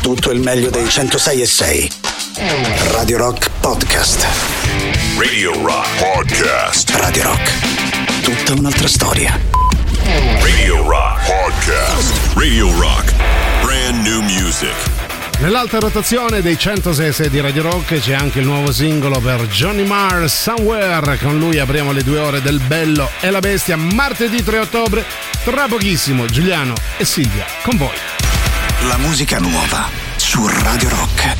tutto il meglio dei 106.6. Radio Rock Podcast. Radio Rock Podcast. Radio Rock, tutta un'altra storia. Radio Rock Podcast. Radio Rock, brand new music. Nell'alta rotazione dei 106.6 di Radio Rock c'è anche il nuovo singolo per Johnny Marr, Somewhere. Con lui apriamo le 2 ore del Bello e la Bestia, martedì 3 ottobre. Tra pochissimo Giuliano e Silvia con voi. La musica nuova su Radio Rock.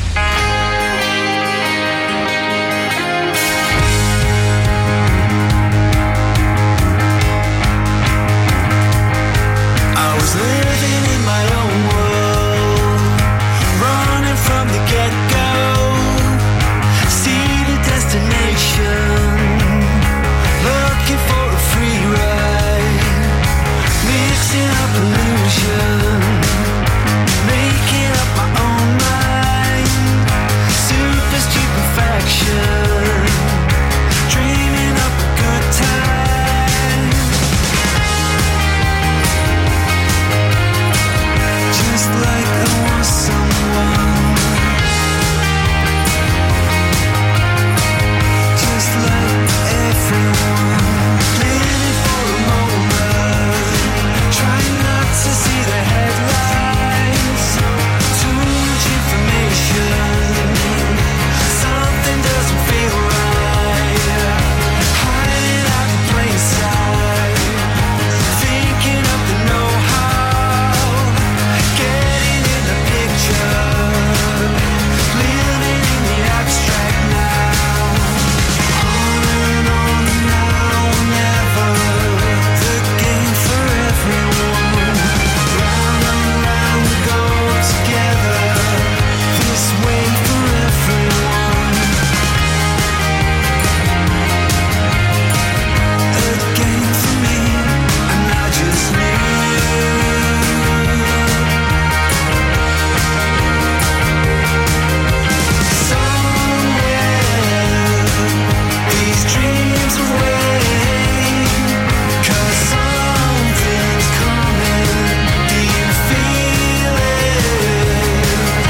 I was living in my own world, running from the get-go, see the destination, looking for a free ride, mixing up illusion, making up my own mind, super stupefaction, dreaming up a good time. Just like I want someone, just like everyone, living for a moment, trying not to see the headlines, too much information, something doesn't feel right, hiding out in plain sight, thinking of the know-how, getting in the picture, living in the abstract now, on and now, never, the game for everyone, round and round we go together, this way for everyone, a game for me, and I just these dreams away, 'cause something's coming, do you feel it?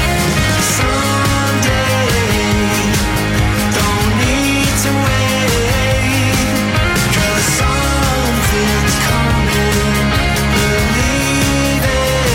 Someday, don't need to wait, 'cause something's coming, believe it.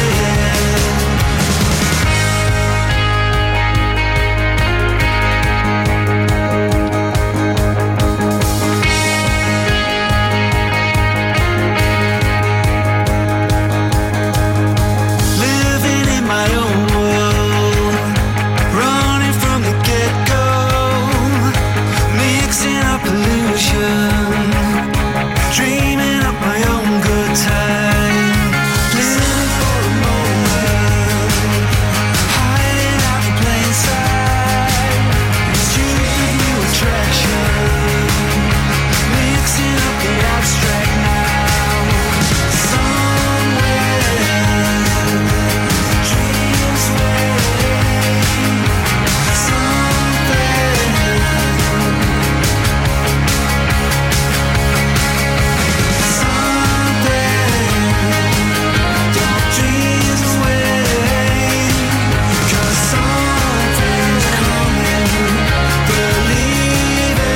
Living in my own world, running from the get-go, mixing up illusion, dreaming up my own good time, living for a moment, hiding out in plain sight, stupid new attraction, mixing up the abstract now, somewhere, dreams away, something, don't dreams away, 'cause something's coming, believe it.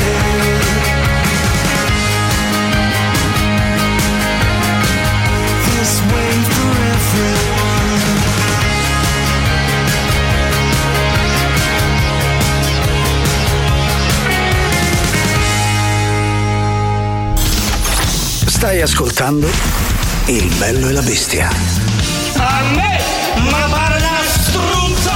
This way for everyone. Stai ascoltando Il Bello e la Bestia. A me, ma pare una struzza!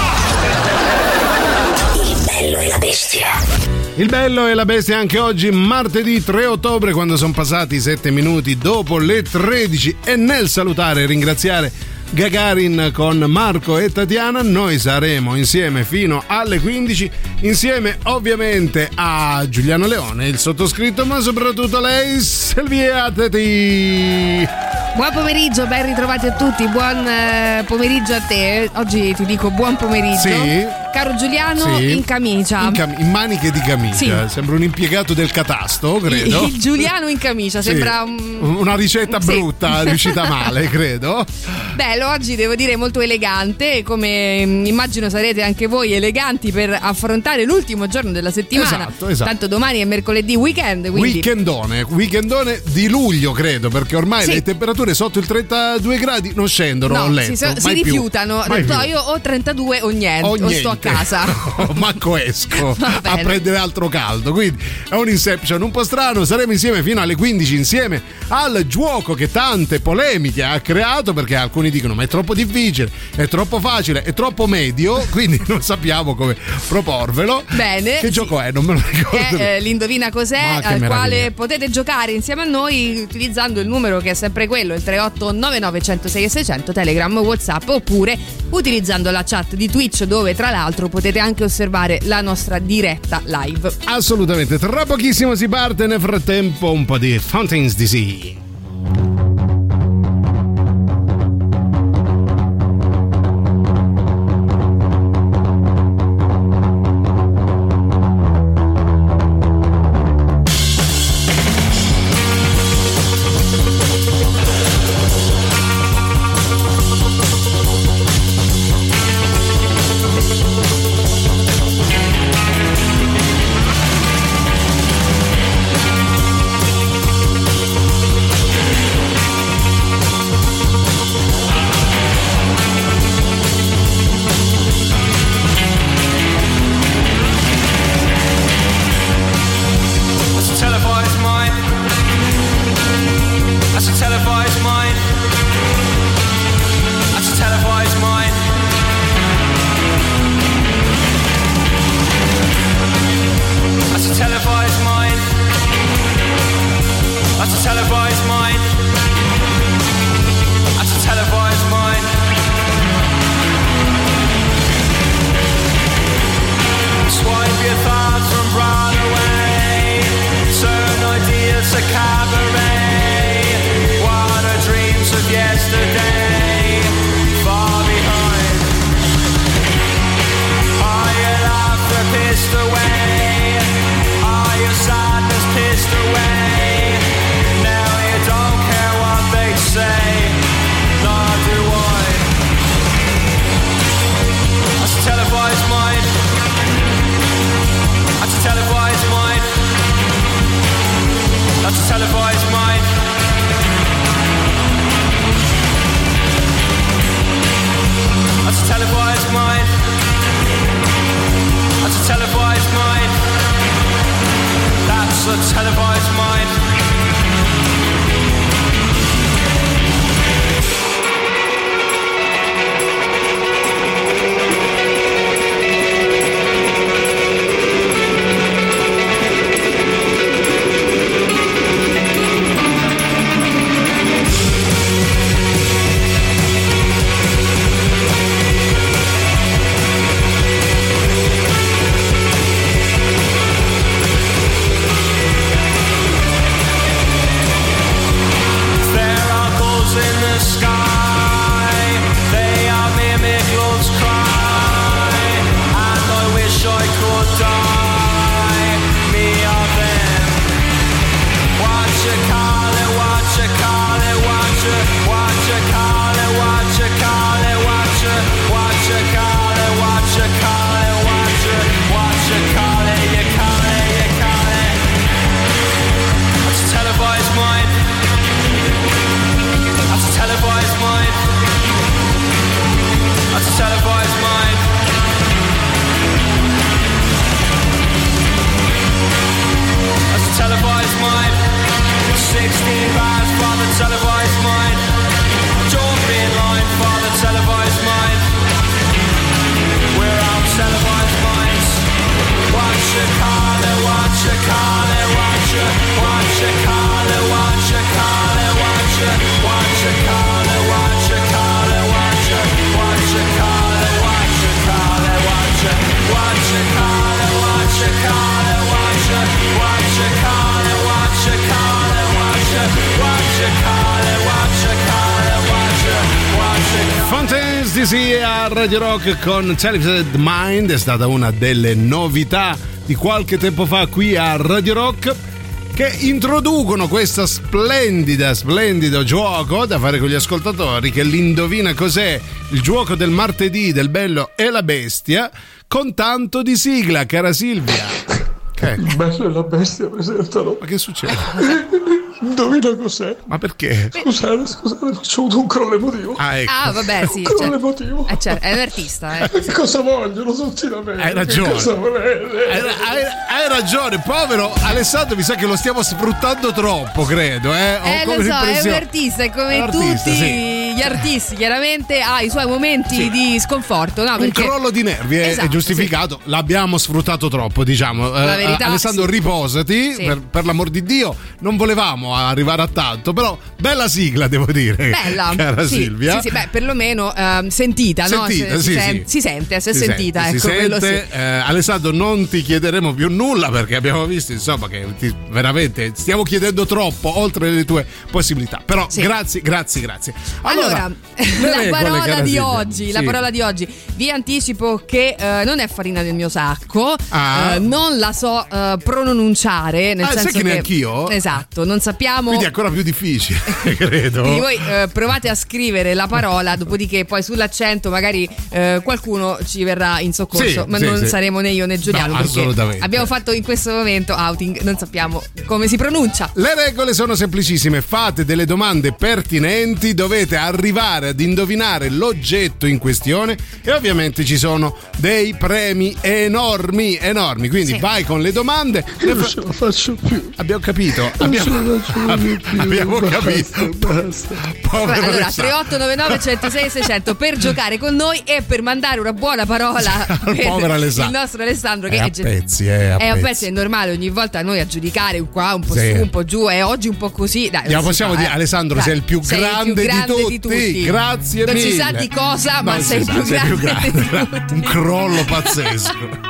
Il Bello e la Bestia. Il Bello e la Bestia anche oggi, martedì 3 ottobre, quando sono passati 7 minuti dopo le 13, e nel salutare e ringraziare Gagarin con Marco e Tatiana, noi saremo insieme fino alle 15, insieme ovviamente a Giuliano Leone, il sottoscritto, ma soprattutto lei, Silvia Teti. Buon pomeriggio, ben ritrovati a tutti, buon pomeriggio a te. Oggi ti dico buon pomeriggio. Sì. caro Giuliano, Sì. in camicia. In maniche di camicia. Sì. Sembra un impiegato del catasto, credo. Il Giuliano in camicia, Sì. sembra una ricetta Sì. brutta, riuscita male, credo. bello. Oggi devo dire molto elegante, come immagino sarete anche voi eleganti per affrontare l'ultimo giorno della settimana. Esatto. Tanto domani è mercoledì weekend, quindi Weekendone di luglio, credo, perché ormai Sì. le temperature sotto il 32 gradi non scendono, ho no, letto. si mai più. rifiutano. Mai più. No, io ho 32 o niente, O o sto a niente. casa. Manco esco Va a bene. prendere altro caldo. Quindi è un Inception un po' strano. Saremo insieme fino alle 15 insieme al gioco che tante polemiche ha creato, perché alcuni dicono ma è troppo difficile, è troppo facile, è troppo medio, quindi non sappiamo come proporvelo. Bene. Che gioco è? Non me lo ricordo. È l'Indovina cos'è, Ma che al meraviglia. quale potete giocare insieme a noi utilizzando il numero che è sempre quello, il 3899 106 e 600, Telegram, WhatsApp, oppure utilizzando la chat di Twitch, dove tra l'altro potete anche osservare la nostra diretta live. Assolutamente, tra pochissimo si parte. Nel frattempo un po' di Fountains DC. That's a televised mind. That's a televised mind. That's a televised mind. That's a televised mind. That's a televised mind. That's a televised mind. Swipe your thoughts from Broadway. Certain ideas a cabaret. What are dreams of yesterday? Far behind. Are your laughter pissed away? Are your sadness pissed away? Now you don't care what they say, nor do I. That's a televised mind. That's a televised mind. That's a televised mind. That's a televised mind. That's a televised mind. That's a televised mind. Easy a Radio Rock con Televised Mind, è stata una delle novità di qualche tempo fa qui a Radio Rock, che introducono questo splendido gioco da fare con gli ascoltatori, che l'indovina cos'è, il gioco del martedì del Bello e la Bestia, con tanto di sigla, cara Silvia. Il Bello e la Bestia presentano. Ma che succede? Indovina cos'è? Ma perché? Scusate, faccio avuto un crollo emotivo. Ecco. Vabbè, sì. Un crollo emotivo. Certo, è un artista, Cosa vogliono tutti da me? Hai ragione. Cosa volete? Hai ragione, povero Alessandro, mi sa che lo stiamo sfruttando troppo, credo. Ho come lo so, è un l'impressione. artista, e come Artista, tutti sì. gli artisti chiaramente ha i suoi momenti di sconforto, no? Un Perché crollo di nervi Esatto, è giustificato, l'abbiamo sfruttato troppo, diciamo. La verità, Alessandro, sì. riposati, Sì. per l'amor di Dio, non volevamo arrivare a tanto, però bella sigla, devo dire. bella, cara sì, Silvia. sì, beh, perlomeno sentita, no? Sentita, sì. Si sente, si è Si sentita, sente, ecco, si quello sente. sì. Alessandro, non ti chiederemo più nulla, perché abbiamo visto, insomma, che veramente stiamo chiedendo troppo oltre le tue possibilità. Però Sì. grazie. Allora, le la regole, parola cara di Silvia. oggi, Sì. la parola di oggi, vi anticipo che non è farina del mio sacco, non la so pronunciare, nel senso sai che neanch'io? Esatto, non sappiamo. Quindi è ancora più difficile, credo. Quindi voi provate a scrivere la parola, dopodiché poi sull'accento magari qualcuno ci verrà in soccorso, Sì, ma sì, non sì. saremo né io né Giuliano, No, perché assolutamente. abbiamo fatto in questo momento outing, non sappiamo come si pronuncia. Le regole sono semplicissime, fate delle domande pertinenti, dovete arrivare ad indovinare l'oggetto in questione e ovviamente ci sono dei premi enormi, quindi Sì. vai con le domande. Non ce la faccio più. Abbiamo capito, Non ce la faccio più. abbiamo capito. Basta. Povero Allora, Alessandro. 3899 106 600 per giocare con noi e per mandare una buona parola Al per povero Alessandro. il nostro Alessandro, che È a pezzi, è a pezzi. è normale ogni volta noi a giudicare un qua, un po' Sì. su, un po' giù, e oggi un po' così. Dai, Gliela non si possiamo fa, dire, Alessandro, sei il più grande di tutti. Grazie non mille. si sa di cosa, ma Non sei si il sa, più grande di tutti. Un crollo pazzesco.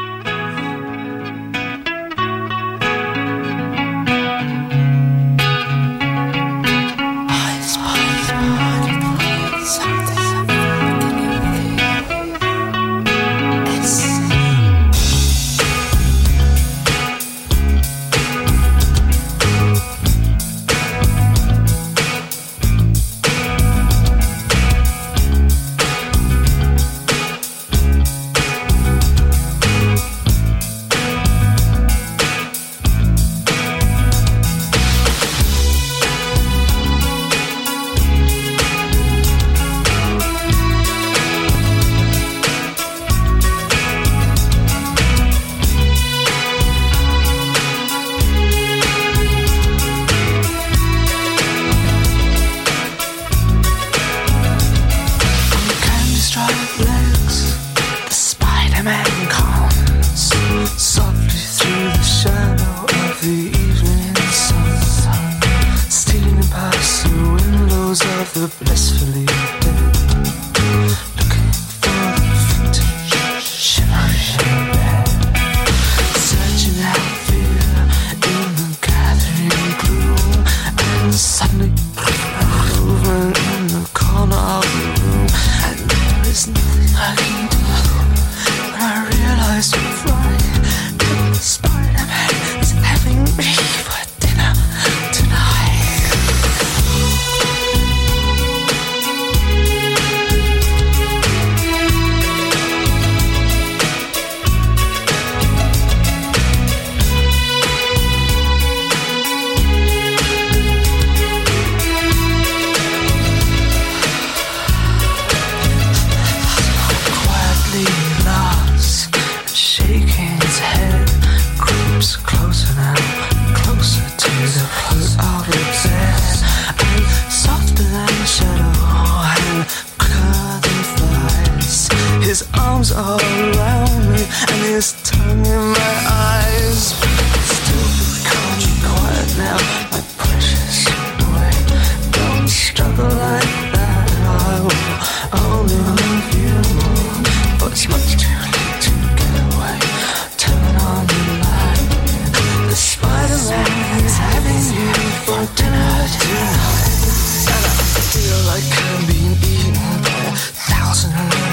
Feel like I'm being eaten by 1,000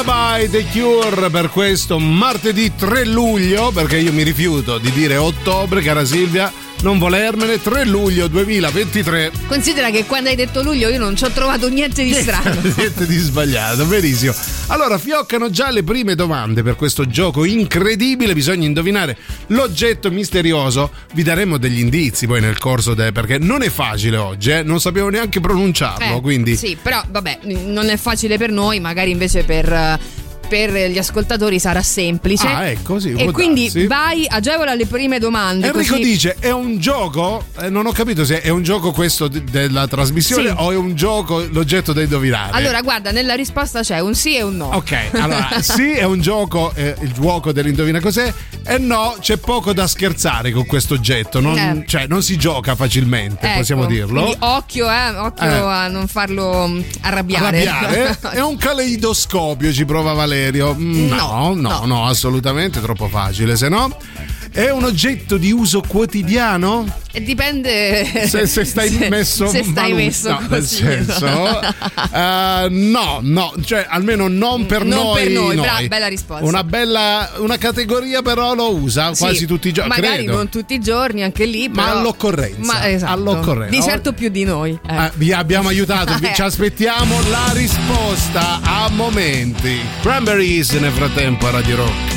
Lullaby The Cure per questo martedì 3 luglio, perché io mi rifiuto di dire ottobre, cara Silvia, non volermene. 3 luglio 2023. Considera che quando hai detto luglio io non ci ho trovato niente di strano. Niente di sbagliato, verissimo. Allora, fioccano già le prime domande per questo gioco incredibile. Bisogna indovinare l'oggetto misterioso. Vi daremo degli indizi poi nel corso perché non è facile oggi, non sappiamo neanche pronunciarlo, quindi sì, però vabbè, non è facile per noi, magari invece per gli ascoltatori sarà semplice. Ah, ecco, sì, e quindi vai, agevola le prime domande. Enrico così. dice: è un gioco? Non ho capito se è un gioco questo della trasmissione, sì, o è un gioco l'oggetto da indovinare. Allora, guarda, nella risposta c'è un sì e un no. Ok, allora sì, è un gioco, il gioco dell'indovina cos'è, e no, c'è poco da scherzare con questo oggetto, cioè non si gioca facilmente, ecco, possiamo dirlo. Quindi occhio a non farlo arrabbiare. È un caleidoscopio, ci prova Valerio. No, assolutamente troppo facile, se no. È un oggetto di uso quotidiano? Dipende se stai messo se stai messo no, così. nel senso no, cioè almeno non per noi. Bella risposta. Una categoria però lo usa quasi tutti i giorni, magari credo. non tutti i giorni, anche lì, però, ma all'occorrenza. Esatto. All'occorrenza. Di certo più di noi. Vi abbiamo aiutato, ci aspettiamo la risposta a momenti. Cranberries nel frattempo a Radio Rock.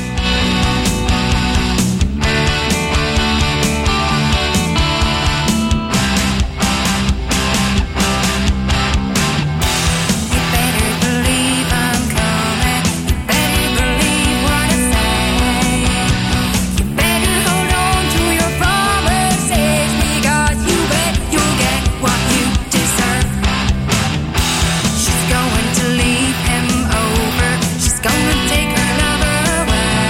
She's going to leave him over. She's gonna take her lover away.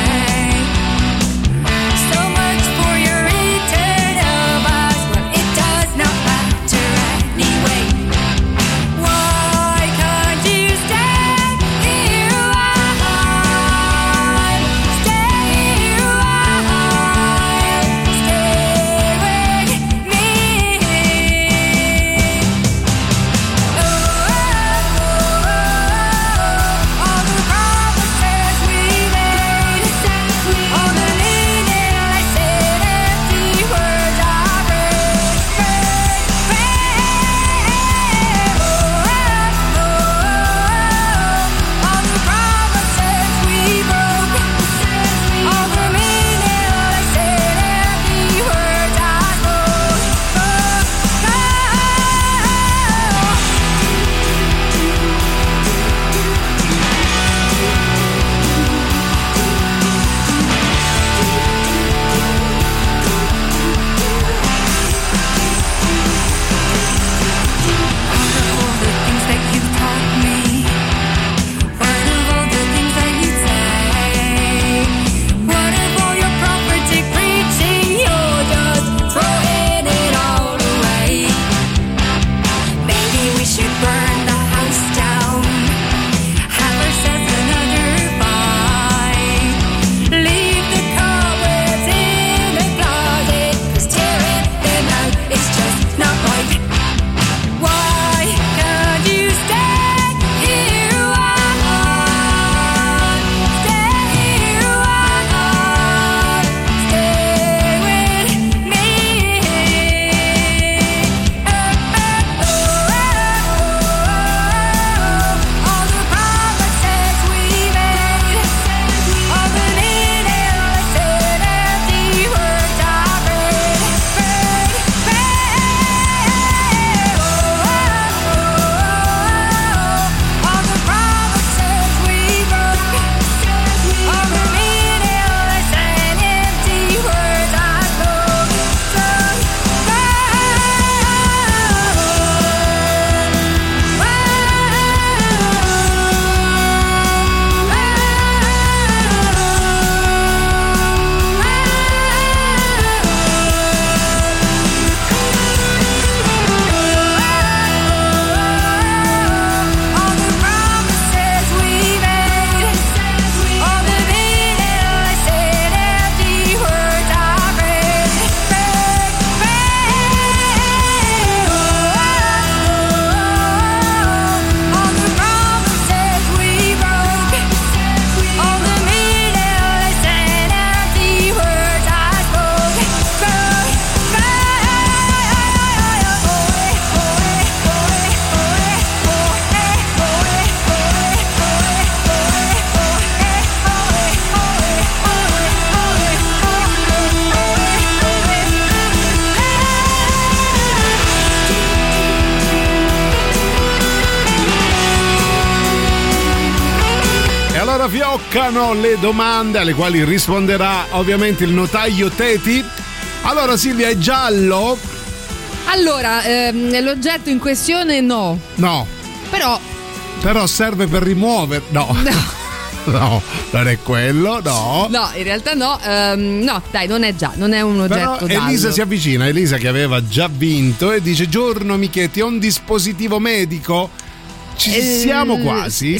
Allora fioccano le domande alle quali risponderà ovviamente il notaio Teti. Allora Silvia, è giallo? Allora, l'oggetto in questione no. No. Però serve per rimuovere. No. No, non è quello, no. No, in realtà no. No, dai, non è un oggetto però Elisa si avvicina, Elisa che aveva già vinto e dice: giorno Michetti, è un dispositivo medico? Ci siamo quasi,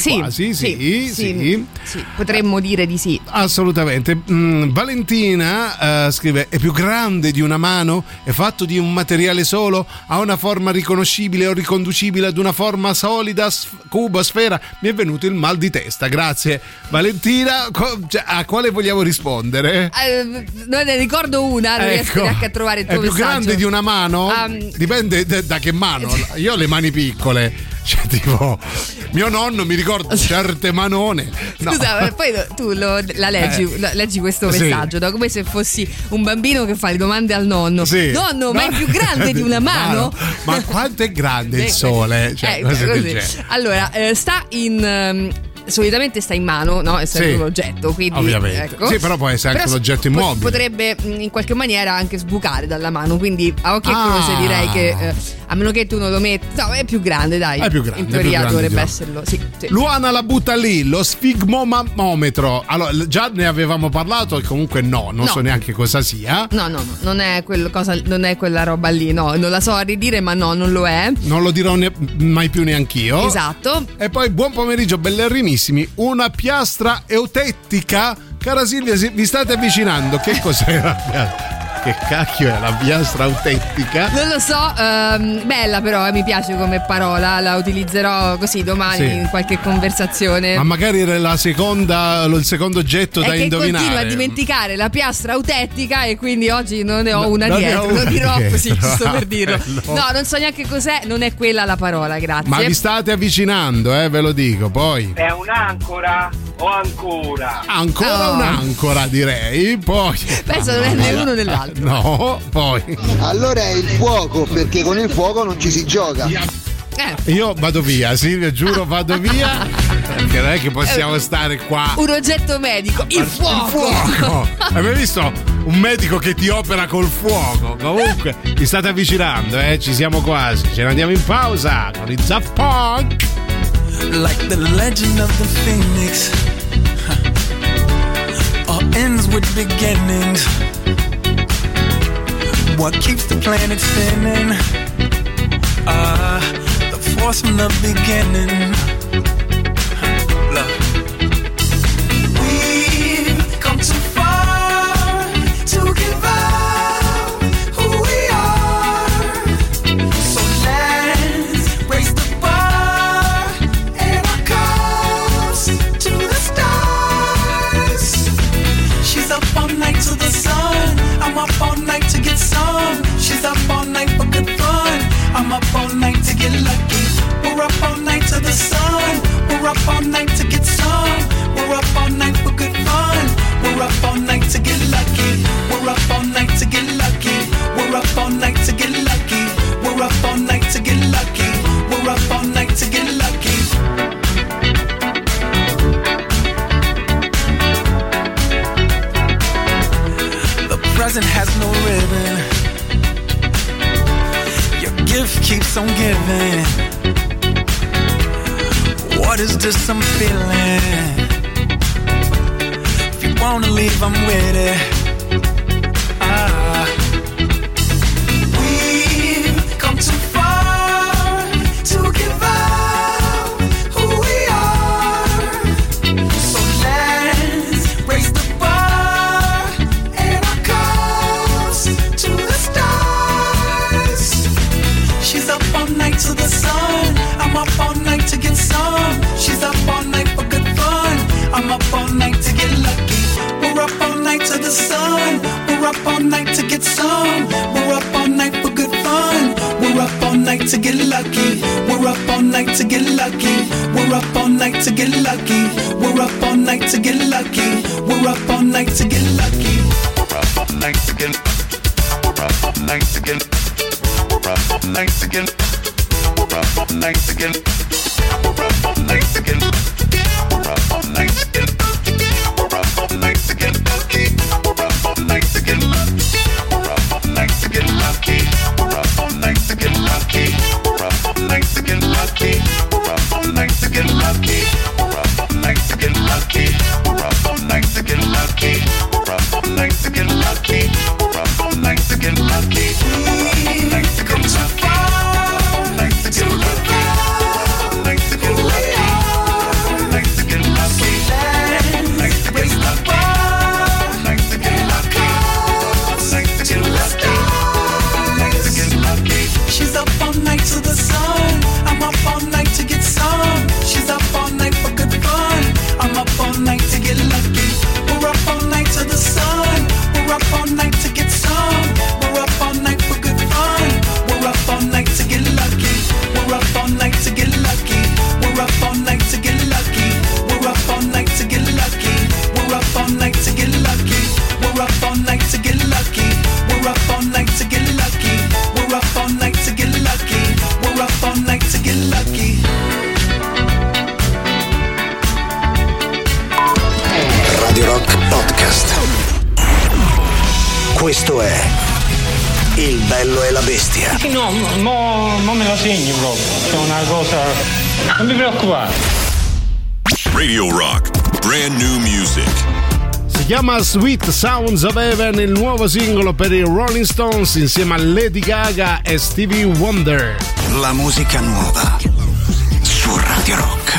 sì. Potremmo dire di sì. Assolutamente. Valentina scrive: è più grande di una mano? È fatto di un materiale solo? Ha una forma riconoscibile o riconducibile ad una forma solida, cubo, sfera? Mi è venuto il mal di testa, grazie Valentina. A quale vogliamo rispondere? Ne ricordo una, non riesco neanche a trovare il tuo messaggio. È più grande di una mano? Dipende da che mano. Io ho le mani piccole. Cioè, tipo, mio nonno mi ricorda certe manone. No. Scusa, poi tu leggi questo messaggio, no? Come se fossi un bambino che fa le domande al nonno. Sì. Nonno, ma è più grande di una mano? Ma quanto è grande il sole? Cioè, così. Allora, solitamente sta in mano, no? È sempre un oggetto, quindi ovviamente. Ecco. Sì, però può essere anche un oggetto immobile. Potrebbe in qualche maniera anche sbucare dalla mano, quindi a occhio e croce direi che a meno che tu non lo metti. No, è più grande, dai. È più grande. In teoria dovrebbe esserlo. Sì. Luana la butta lì, lo sfigmometro. Allora, già ne avevamo parlato e comunque non so neanche cosa sia. No, non è non è quella roba lì, no, non la so a ridire, ma no, non lo è. Non lo dirò mai più neanch'io. Esatto. E poi buon pomeriggio, bellerrimissimi. Una piastra eutettica? Cara Silvia, vi state avvicinando. Che cos'è la piastra? Che cacchio è la piastra autentica? Non lo so, bella però, mi piace come parola, la utilizzerò così domani in qualche conversazione. Ma magari era il secondo oggetto da indovinare. Continua a dimenticare la piastra autentica e quindi oggi non ne ho una dietro, lo dirò così, giusto per dirlo. No, non so neanche cos'è, non è quella la parola, grazie. Ma vi state avvicinando, ve lo dico, poi. È un'ancora o ancora? Ancora un'ancora, direi, poi. Penso non è né uno né l'altro. No, poi. Allora è il fuoco, perché con il fuoco non ci si gioca. Io vado via, Silvia, giuro, vado via. Perché non è che possiamo stare qua. Un oggetto medico, il fuoco. Hai mai visto un medico che ti opera col fuoco? Comunque, vi state avvicinando, ci siamo quasi. Ce ne andiamo in pausa con i Daft Punk. Like the legend of the phoenix, all ends with beginnings. What keeps the planet spinning? The force from the beginning. Look. We've come too far to give up who we are. So let's raise the bar and our cups to the stars. She's up all night to the sun. I'm up all night to get some. She's up all night for good fun. I'm up all night to get lucky. We're up all night to the sun. We're up all night to get some. We're up all night for good fun. We're up all night to get lucky. We're up all night to get lucky. We're up all night to get lucky. We're up all night to get lucky. We're up all night to get lucky. The present has no ribbon. Your gift keeps on giving. What is this I'm feeling? If you wanna leave, I'm with it. We've come too far to give up who we are. So let's raise the bar and our cups to the stars. She's up all night to the sun. I'm up all night to get some. She's up all night for good fun. I'm up all night to get lucky. We're up all night to the sun. We're up all night to get some. We're up all night for good fun. We're up all night to get lucky. We're up all night to get lucky. We're up all night to get lucky. We're up all night to get lucky. We're up all night to get lucky. We're up all night to get. We're up all night to get. We're up all night to get. We're up all night to get. We're up all night to get. We're up all night to get. Questo è Il Bello e la Bestia. No, non me la segni proprio. È una cosa. Non mi preoccupare. Radio Rock, brand new music. Si chiama Sweet Sounds of Heaven, il nuovo singolo per i Rolling Stones insieme a Lady Gaga e Stevie Wonder. La musica nuova su Radio Rock.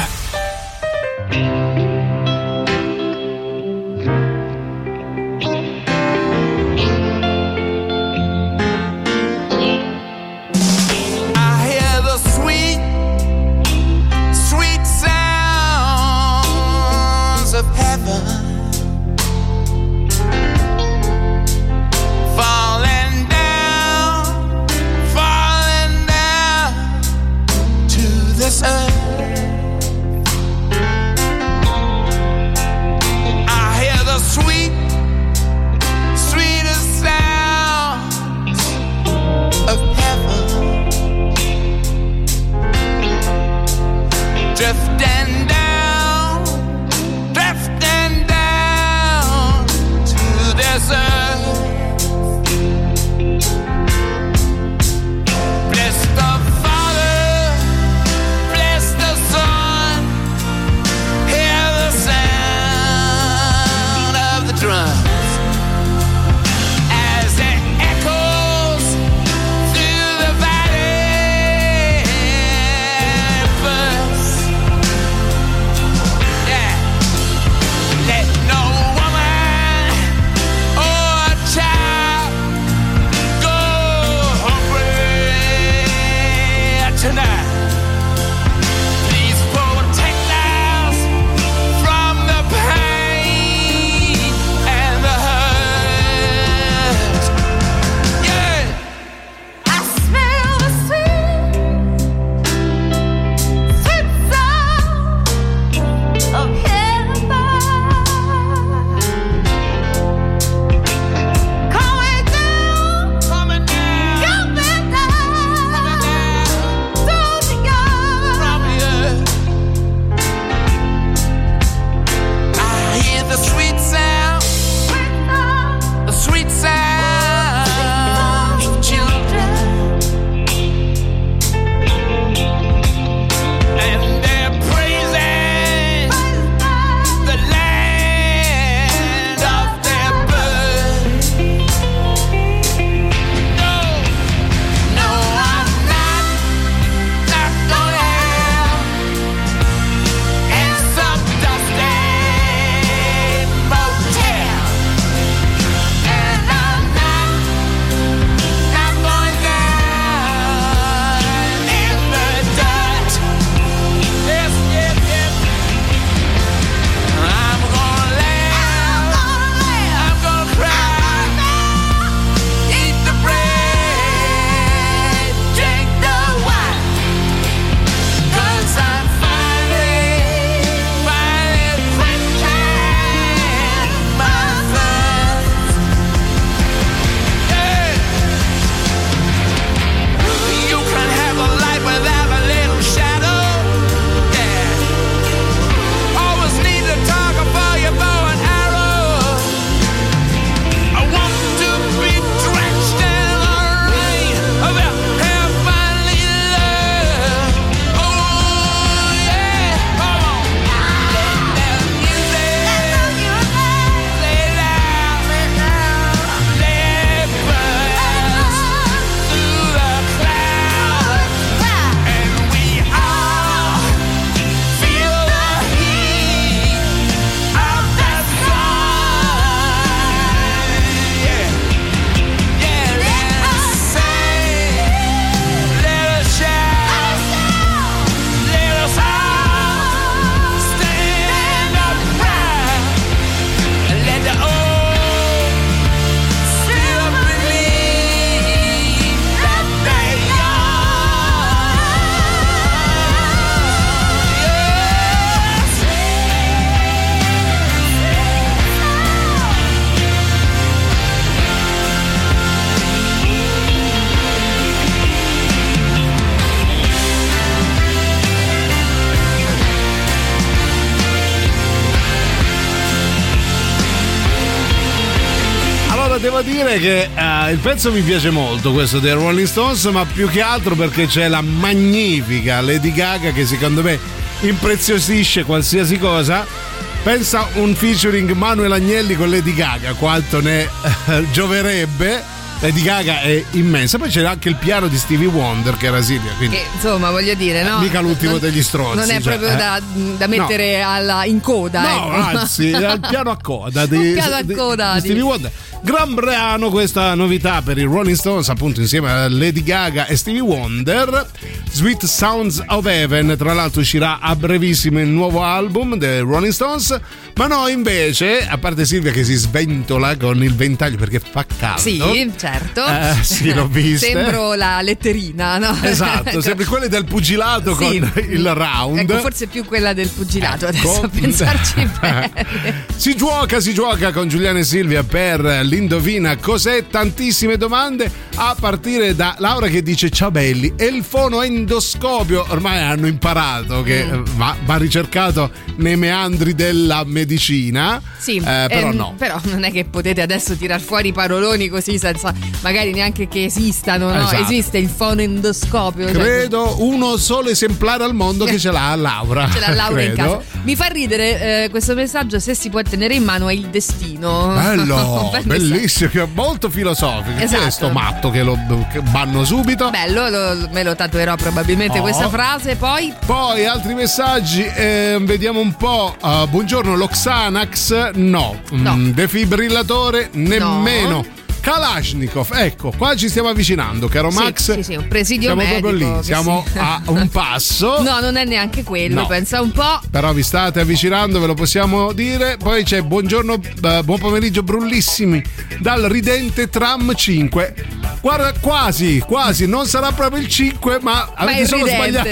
devo dire che il pezzo mi piace molto, questo dei Rolling Stones, ma più che altro perché c'è la magnifica Lady Gaga che secondo me impreziosisce qualsiasi cosa. Pensa un featuring Manuel Agnelli con Lady Gaga, quanto ne gioverebbe. Lady Gaga è immensa, poi c'era anche il piano di Stevie Wonder che era Silvia, quindi che insomma voglio dire, no? Mica l'ultimo degli stronzi. Non è proprio da mettere in coda. No, ecco. anzi, al piano a coda di Stevie Wonder. Gran brano questa novità per i Rolling Stones, appunto insieme a Lady Gaga e Stevie Wonder. Sweet Sounds of Heaven, tra l'altro uscirà a brevissimo il nuovo album dei Rolling Stones. Ma noi invece, a parte Silvia che si sventola con il ventaglio perché fa caldo. Sì, certo. Sì, l'ho vista. Sembro la letterina, no? Esatto, sempre quelle del pugilato, sì, con il round. Ecco, forse più quella del pugilato, adesso a pensarci bene. Si gioca con Giuliano e Silvia per l'Indovina Cos'è, tantissime domande a partire da Laura che dice: ciao belli, e il fonoendoscopio ormai hanno imparato che va ricercato nei meandri della medicina. Sì, però no. Però non è che potete adesso tirar fuori paroloni così senza magari neanche che esistano, no? Esatto. Esiste il fonoendoscopio. Credo uno solo esemplare al mondo che ce l'ha Laura. Ce l'ha Laura in Credo. casa. Mi fa ridere questo messaggio, se si può tenere in mano è il destino. Bello, bellissimo, molto filosofico. Esatto. Questo matto che lo banno subito. Bello, me lo tatuerò probabilmente questa frase. Poi altri messaggi, vediamo un po'. Buongiorno, lo Xanax no. Defibrillatore nemmeno. No. Kalashnikov, ecco, qua ci stiamo avvicinando, caro Max. Sì, un presidio siamo medico. Proprio lì, siamo a un passo. No, non è neanche quello, no. Pensa un po'. Però vi state avvicinando, ve lo possiamo dire. Poi c'è buongiorno, buon pomeriggio brullissimi dal ridente tram 5. Guarda, quasi, non sarà proprio il 5, ma avete solo sbagliato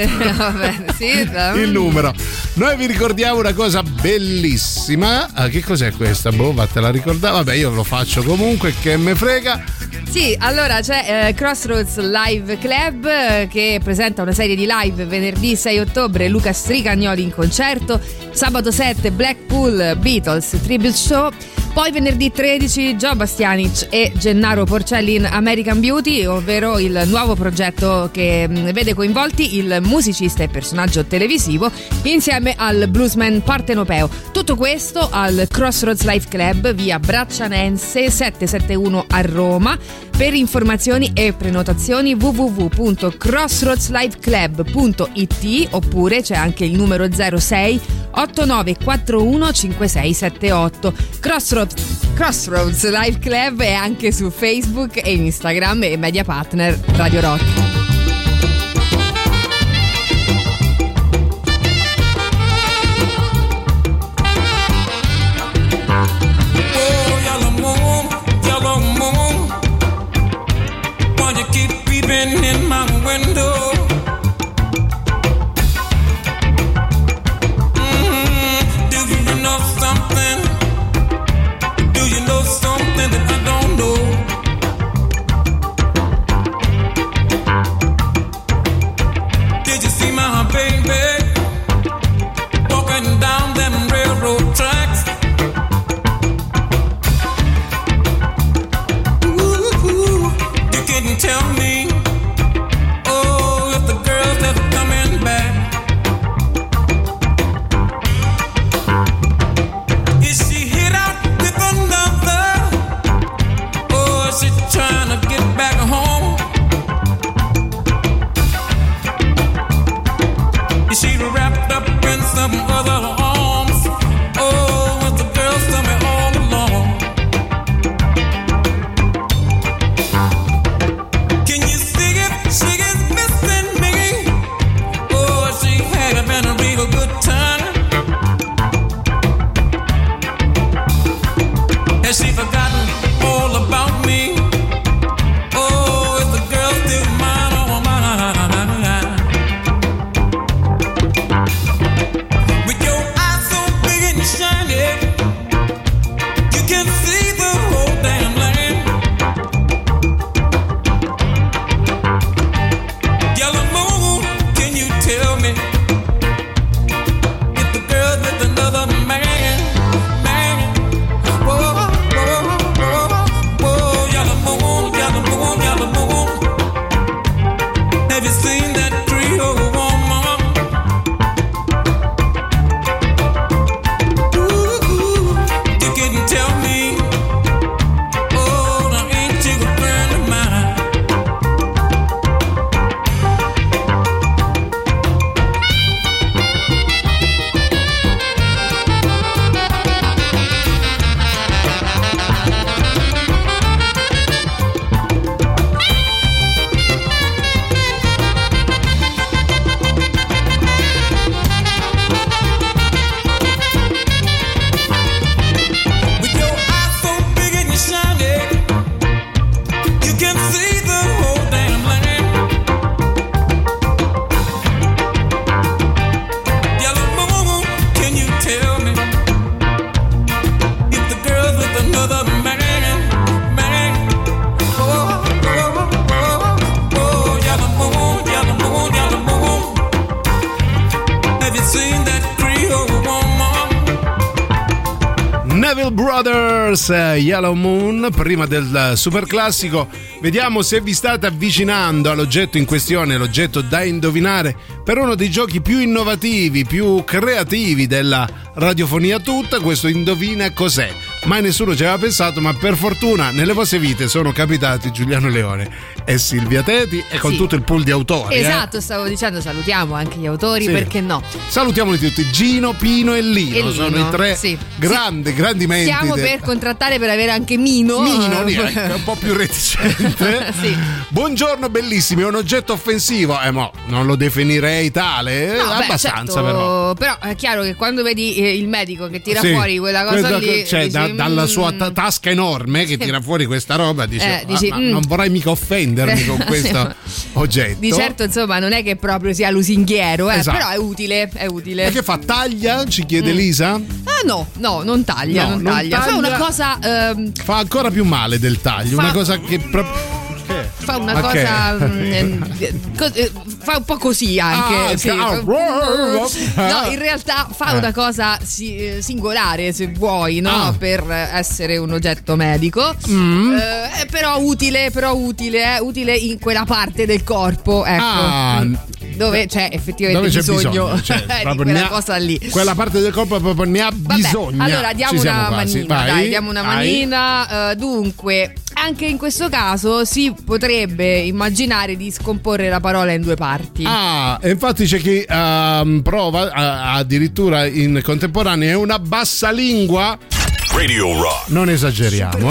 il numero. Noi vi ricordiamo una cosa bellissima. Che cos'è questa? Vattela a ricordare. Vabbè, io lo faccio comunque, che me frega. Sì, allora c'è Crossroads Live Club che presenta una serie di live venerdì 6 ottobre, Luca Stricagnoli in concerto, sabato 7 Blackpool Beatles Tribute Show. Poi venerdì 13 Gio Bastianic e Gennaro Porcelli in American Beauty, ovvero il nuovo progetto che vede coinvolti il musicista e personaggio televisivo insieme al bluesman partenopeo. Tutto questo al Crossroads Life Club, via Braccianense 771 a Roma. Per informazioni e prenotazioni www.crossroadslifeclub.it oppure c'è anche il numero 06 8941 5678. Crossroads Live Club è anche su Facebook e Instagram e media partner Radio Rock. In my window, do you know something? Do you know something that I don't know? Did you see my baby walking down them railroad tracks? Ooh, you couldn't tell me. With your Neville Brothers, Yellow Moon, prima del super classico. Vediamo se vi state avvicinando all'oggetto in questione, l'oggetto da indovinare, per uno dei giochi più innovativi, più creativi della radiofonia tutta. Questo indovina cos'è. Mai nessuno ci aveva pensato, ma per fortuna nelle vostre vite sono capitati Giuliano Leone e Silvia Teti, e con tutto il pool di autori. Esatto, stavo dicendo, salutiamo anche gli autori, perché no? Salutiamoli tutti, Gino, Pino e Lino, sono i tre grandi menti. Stiamo per contrattare per avere anche Mino. È un po' più reticente. Buongiorno bellissimi, è un oggetto offensivo, non lo definirei tale, abbastanza, certo, però è chiaro che quando vedi il medico che tira fuori quella cosa lì, cioè, dici, dalla sua tasca enorme che tira fuori questa roba, dici, non vorrei mica offendermi con questo oggetto. Di certo, insomma, non è che proprio sia lusinghiero, però è utile. E che fa? Taglia? Ci chiede Lisa? No, non taglia, non taglia. Fa una cosa fa ancora più male del taglio, una cosa che proprio fa una cosa fa un po' così anche, no, in realtà fa una cosa singolare, se vuoi, no? Per essere un oggetto medico, però utile in quella parte del corpo, ecco, dove c'è effettivamente bisogno di quella cosa lì. Quella parte del corpo proprio ne ha bisogno. Allora diamo una manina, diamo una manina. Dunque, anche in questo caso si potrebbe immaginare di scomporre la parola in due parti. E infatti c'è chi prova addirittura in contemporanea, è una bassa lingua. Radio Rock. Non esageriamo,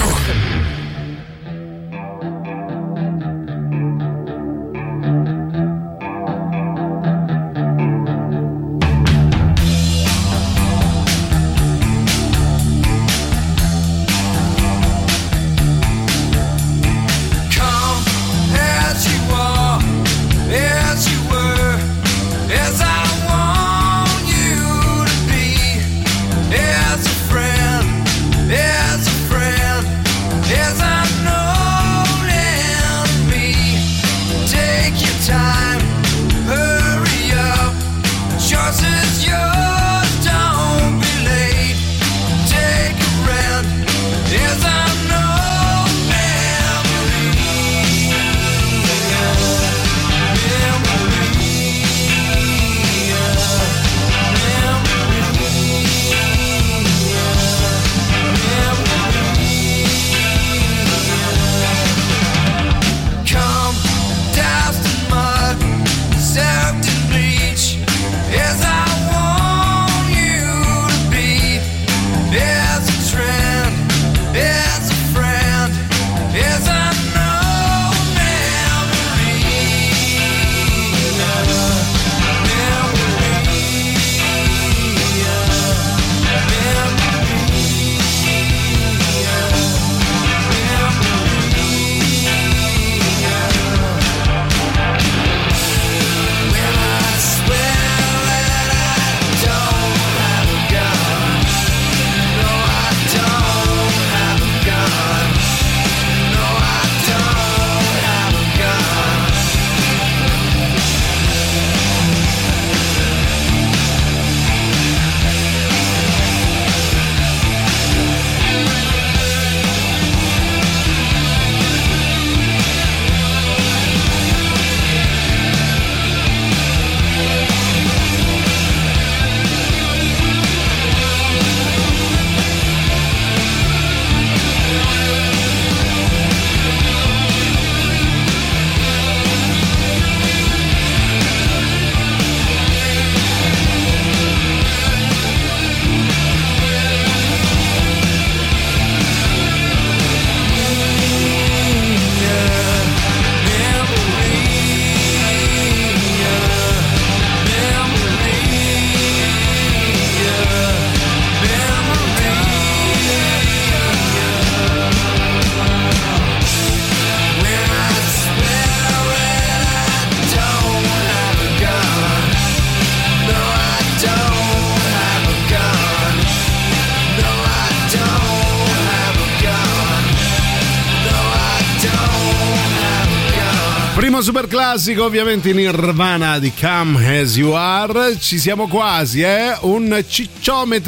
Primo super classico, ovviamente Nirvana di Come As You Are. Ci siamo quasi, un cicciometro,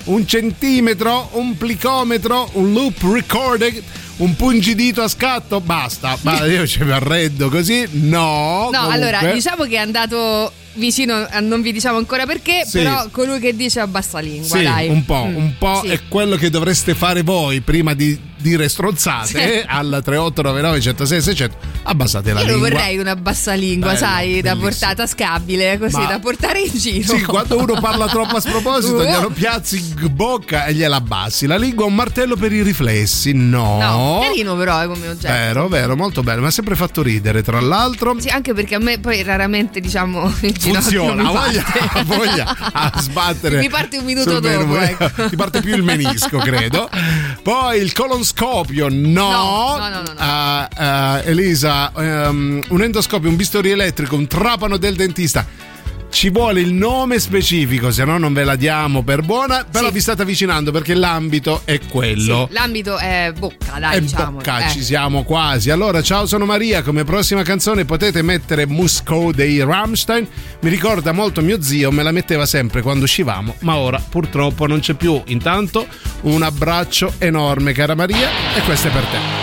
un centimetro, un plicometro, un loop recording, un pungidito a scatto, basta. Ma io ci arreddo così? No. No, comunque. allora, diciamo che è andato vicino, non vi diciamo ancora perché, Sì. però colui che dice abbassa lingua, Sì, dai. un po' sì. è quello che dovreste fare voi prima di dire stronzate al 3899 106 600. Abbassate la Io lingua. lo vorrei una bassalingua, Bello, sai, da bellissimo. portata scabile, così Ma- da portare in giro. Sì, quando uno parla troppo a sproposito, glielo piazzi in bocca e gliela abbassi. La lingua è un martello per i riflessi. No, carino però come oggetto. Vero, molto bello. Mi ha sempre fatto ridere, tra l'altro. Sì, anche perché a me poi raramente, diciamo, il ginocchio Funziona, mi ha parte. voglia a sbattere. Mi parte un minuto sul dopo, menu. ecco. Ti parte più il menisco, credo. Poi il colonscopio, no. Elisa, un endoscopio, un bisturi elettrico, un trapano del dentista. Ci vuole il nome specifico, se no non ve la diamo per buona. Però Sì. vi state avvicinando perché l'ambito è quello. Sì, l'ambito è bocca, dai, E diciamo. bocca, ci siamo quasi. Allora, ciao, sono Maria. Come prossima canzone potete mettere Musco dei Rammstein. Mi ricorda molto mio zio, me la metteva sempre quando uscivamo, ma ora purtroppo non c'è più. Intanto un abbraccio enorme, cara Maria, e questo è per te.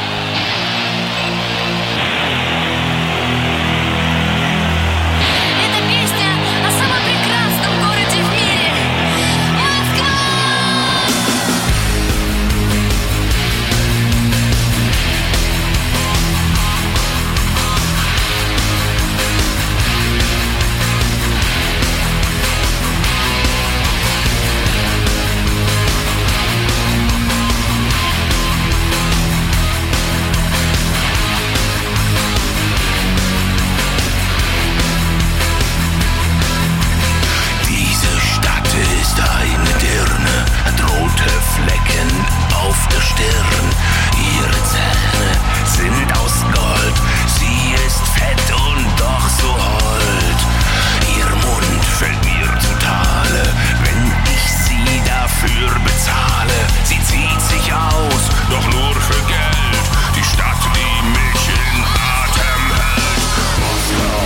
Эта песня о самом прекрасном городе в мире. Москва! Diese Stadt ist eine Dirne, hat rote Flecken auf der Stirn. Ihre Zähne sind aus Gold, sie ist fett und doch so hold. Ihr Mund fällt mir zum Tale, wenn ich sie dafür bezahle. Sie zieht sich aus, doch nur für Geld. Die Stadt, die mich in Atem hält. Moskau.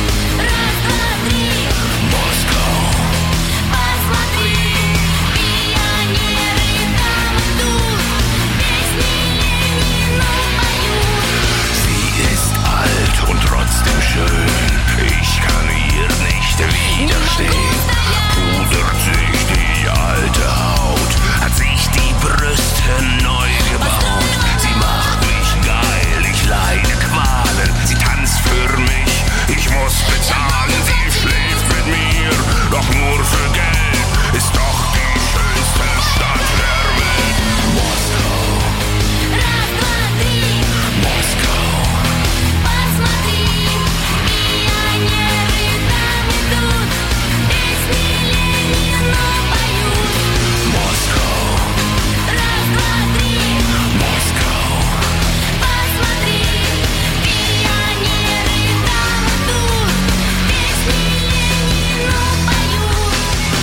Moskau. Посмотри, пионеры там идут, песни Ленину поют. Sie ist alt und trotzdem schön. Ich kann ihr nicht widerstehen. Pudert sich die alte Haut, hat sich die Brüste neu gebaut. Sie macht mich geil, ich leide Qualen. Sie tanzt für mich, ich muss bezahlen. Sie schläft mit mir, doch nur für Geld. Ist doch die schönste Stadt der Welt. Moskau. Раз, два, три, Moskau. посмотри, пионеры там идут, песни Ленину поют. Moskau. Раз, два, три, Moskau. посмотри, пионеры там идут, песни Ленину поют.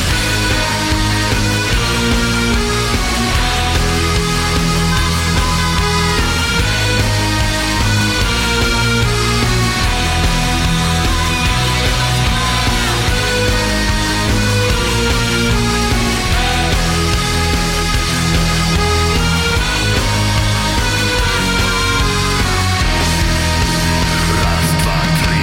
Раз, два, три.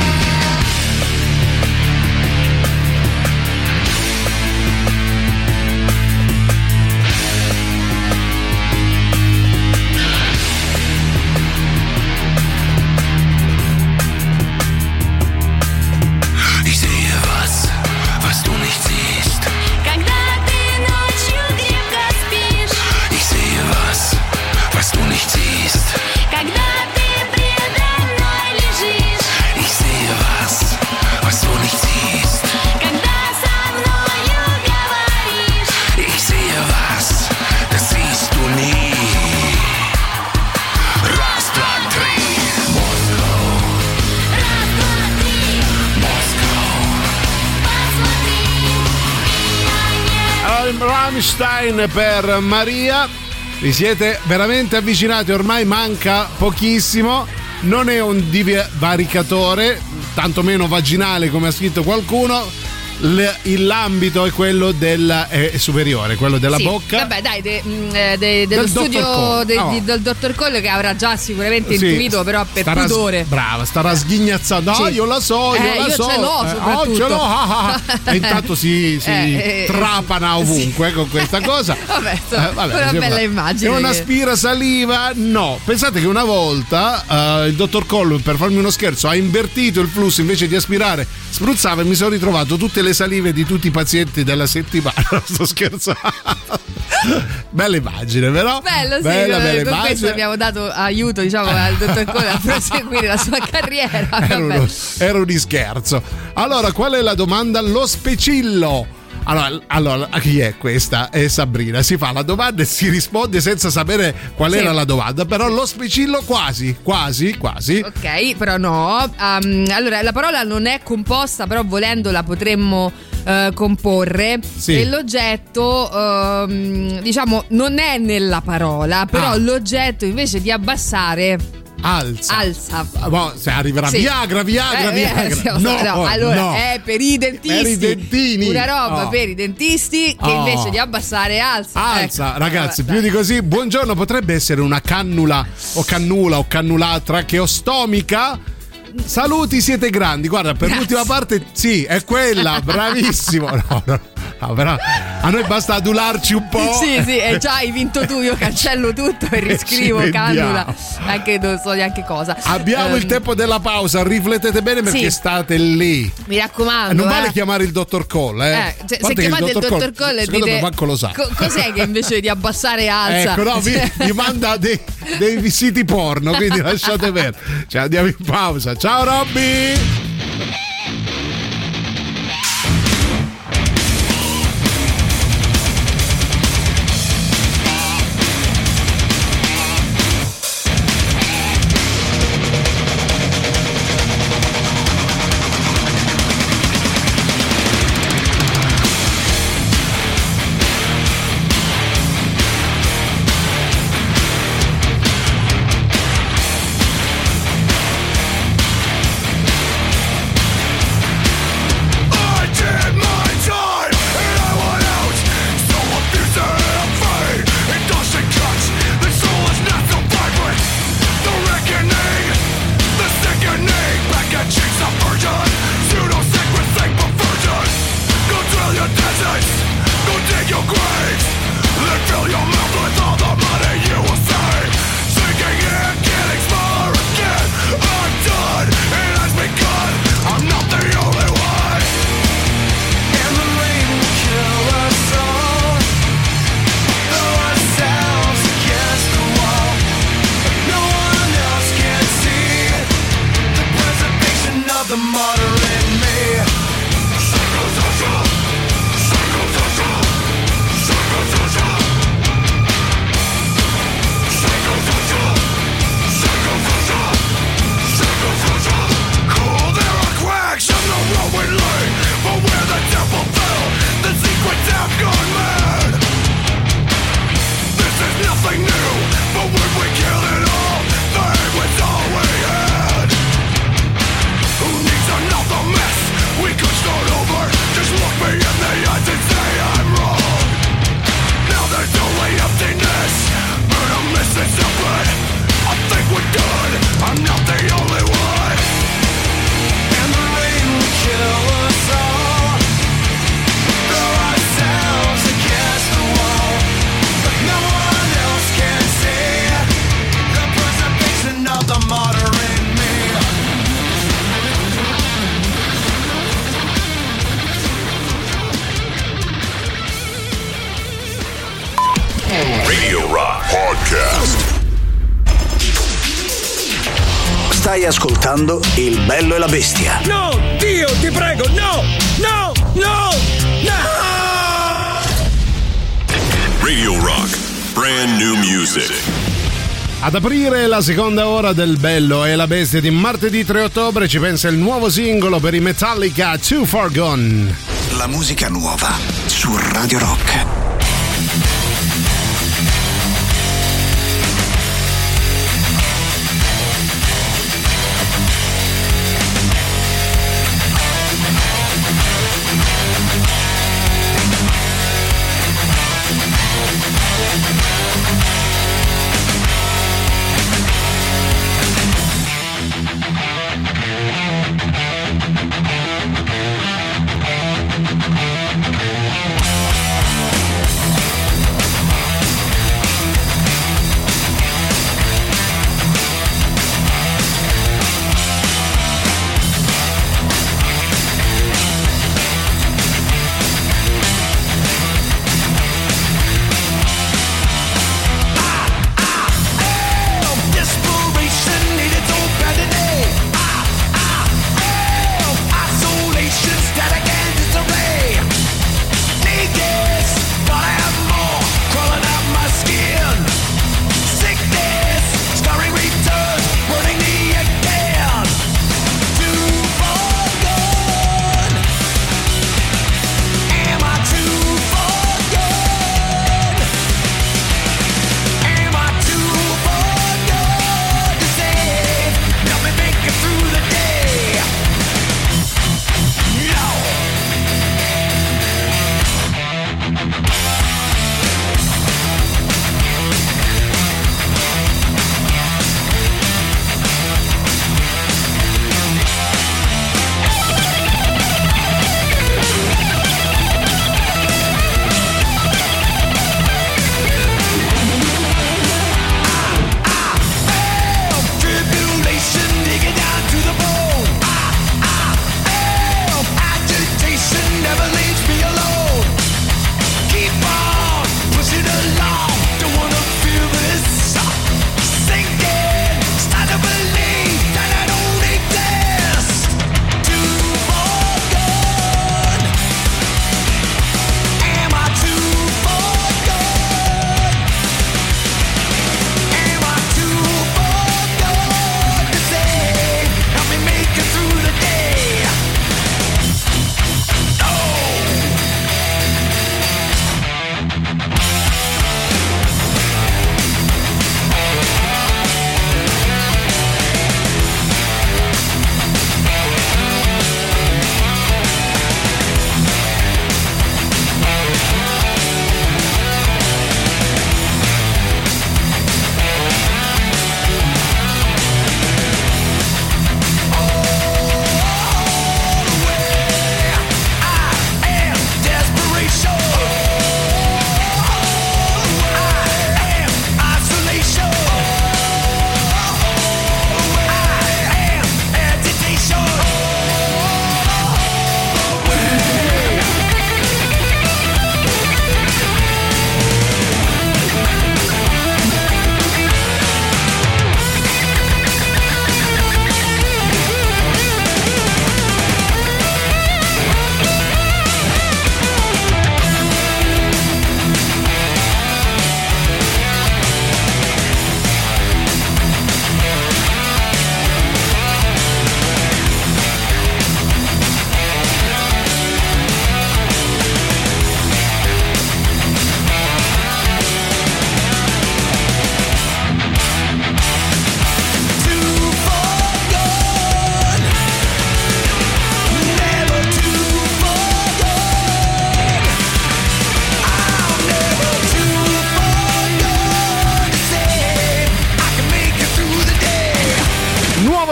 Ich sehe was du nicht siehst. Когда ты ночью крепко спишь, Ich sehe was du nicht siehst. когда ты предо мной лежишь, Ich sehe was du nicht siehst. когда со мною говоришь, Ich sehe das siehst du nie. Раз, два, три. Moskau. раз, два, три, Moskau. посмотри, пионер. Rammstein per Maria. Vi siete veramente avvicinati, ormai manca pochissimo. Non è un divaricatore, tantomeno vaginale come ha scritto qualcuno. l'ambito è quello del superiore, quello della Sì, bocca. Vabbè, dai, dello Del studio Dr. Cole. No. del dottor Cole, che avrà già sicuramente Sì, intuito, però per starà pudore. Brava, starà sghignazzando. No, Sì. io la so, io la so. ce l'ho, soprattutto. ce l'ho. E intanto si trapana ovunque con questa cosa. Vabbè, una bella immagine. È una spira saliva? No. Pensate che una volta il dottor Cole, per farmi uno scherzo, ha invertito il flusso, invece di aspirare spruzzava, e mi sono ritrovato tutte le salive di tutti i pazienti della settimana. Sto scherzando. Bella immagine, vero? Bello, sì, bella con immagine. questo abbiamo dato aiuto, diciamo, al dottor Cole a proseguire la sua carriera. Era un scherzo. Allora, qual è la domanda? Lo specillo. Allora, chi è questa? È Sabrina. Si fa la domanda e si risponde senza sapere qual era la domanda. Però lo specillo quasi. Ok, però no. Allora, la parola non è composta, però volendo la potremmo comporre. Sì. E l'oggetto, diciamo, non è nella parola, però l'oggetto invece di abbassare alza. Se arriverà Sì. Viagra. No, allora è per i dentisti. Per i dentini. Una roba per i dentisti che invece di abbassare alza. Ecco. Ragazzi, più di così. Buongiorno, potrebbe essere una cannula o cannula tracheostomica. Saluti, siete grandi. Guarda, per l'ultima parte sì, è quella, bravissimo. No, però a noi basta adularci un po'. Sì, e già hai vinto tu, io cancello tutto e riscrivo cannula, anche non so neanche cosa. Abbiamo il tempo della pausa, riflettete bene perché state lì. Mi raccomando. Non vale chiamare il dottor Cole, se chiamate il dottor Cole e secondo me dite manco lo sa. Cos'è che invece di abbassare alza? Ecco, no, vi manda dei siti porno, quindi lasciate perdere. Cioè, andiamo in pausa. Ciao Robby! Radio Rock Podcast. Stai ascoltando Il Bello e la Bestia. No, Dio, ti prego, no! Radio Rock, brand new music. Ad aprire la seconda ora del Bello e la Bestia di martedì 3 ottobre ci pensa il nuovo singolo per i Metallica, Too Far Gone. La musica nuova su Radio Rock.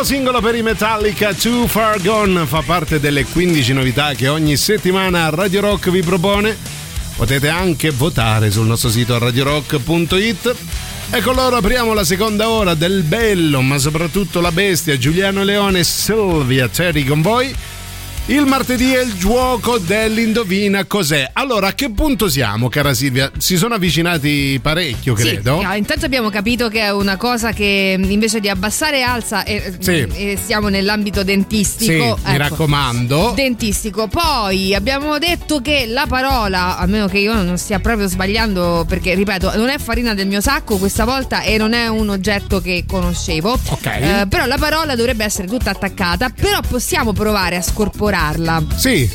Nuovo singolo per i Metallica, Too Far Gone, fa parte delle 15 novità che ogni settimana Radio Rock vi propone. Potete anche votare sul nostro sito radiorock.it. E con loro apriamo la seconda ora del bello, ma soprattutto la bestia, Giuliano Leone e Silvia Terry con voi. Il martedì è il gioco dell'indovina cos'è. Allora, a che punto siamo, cara Silvia? Si sono avvicinati parecchio, credo. Sì, intanto abbiamo capito che è una cosa che invece di abbassare alza e stiamo nell'ambito dentistico. Sì, mi raccomando. Dentistico. Poi abbiamo detto che la parola, a meno che io non stia proprio sbagliando, perché ripeto, non è farina del mio sacco questa volta e non è un oggetto che conoscevo. Ok. Però la parola dovrebbe essere tutta attaccata, però possiamo provare a scorporarla. Sì.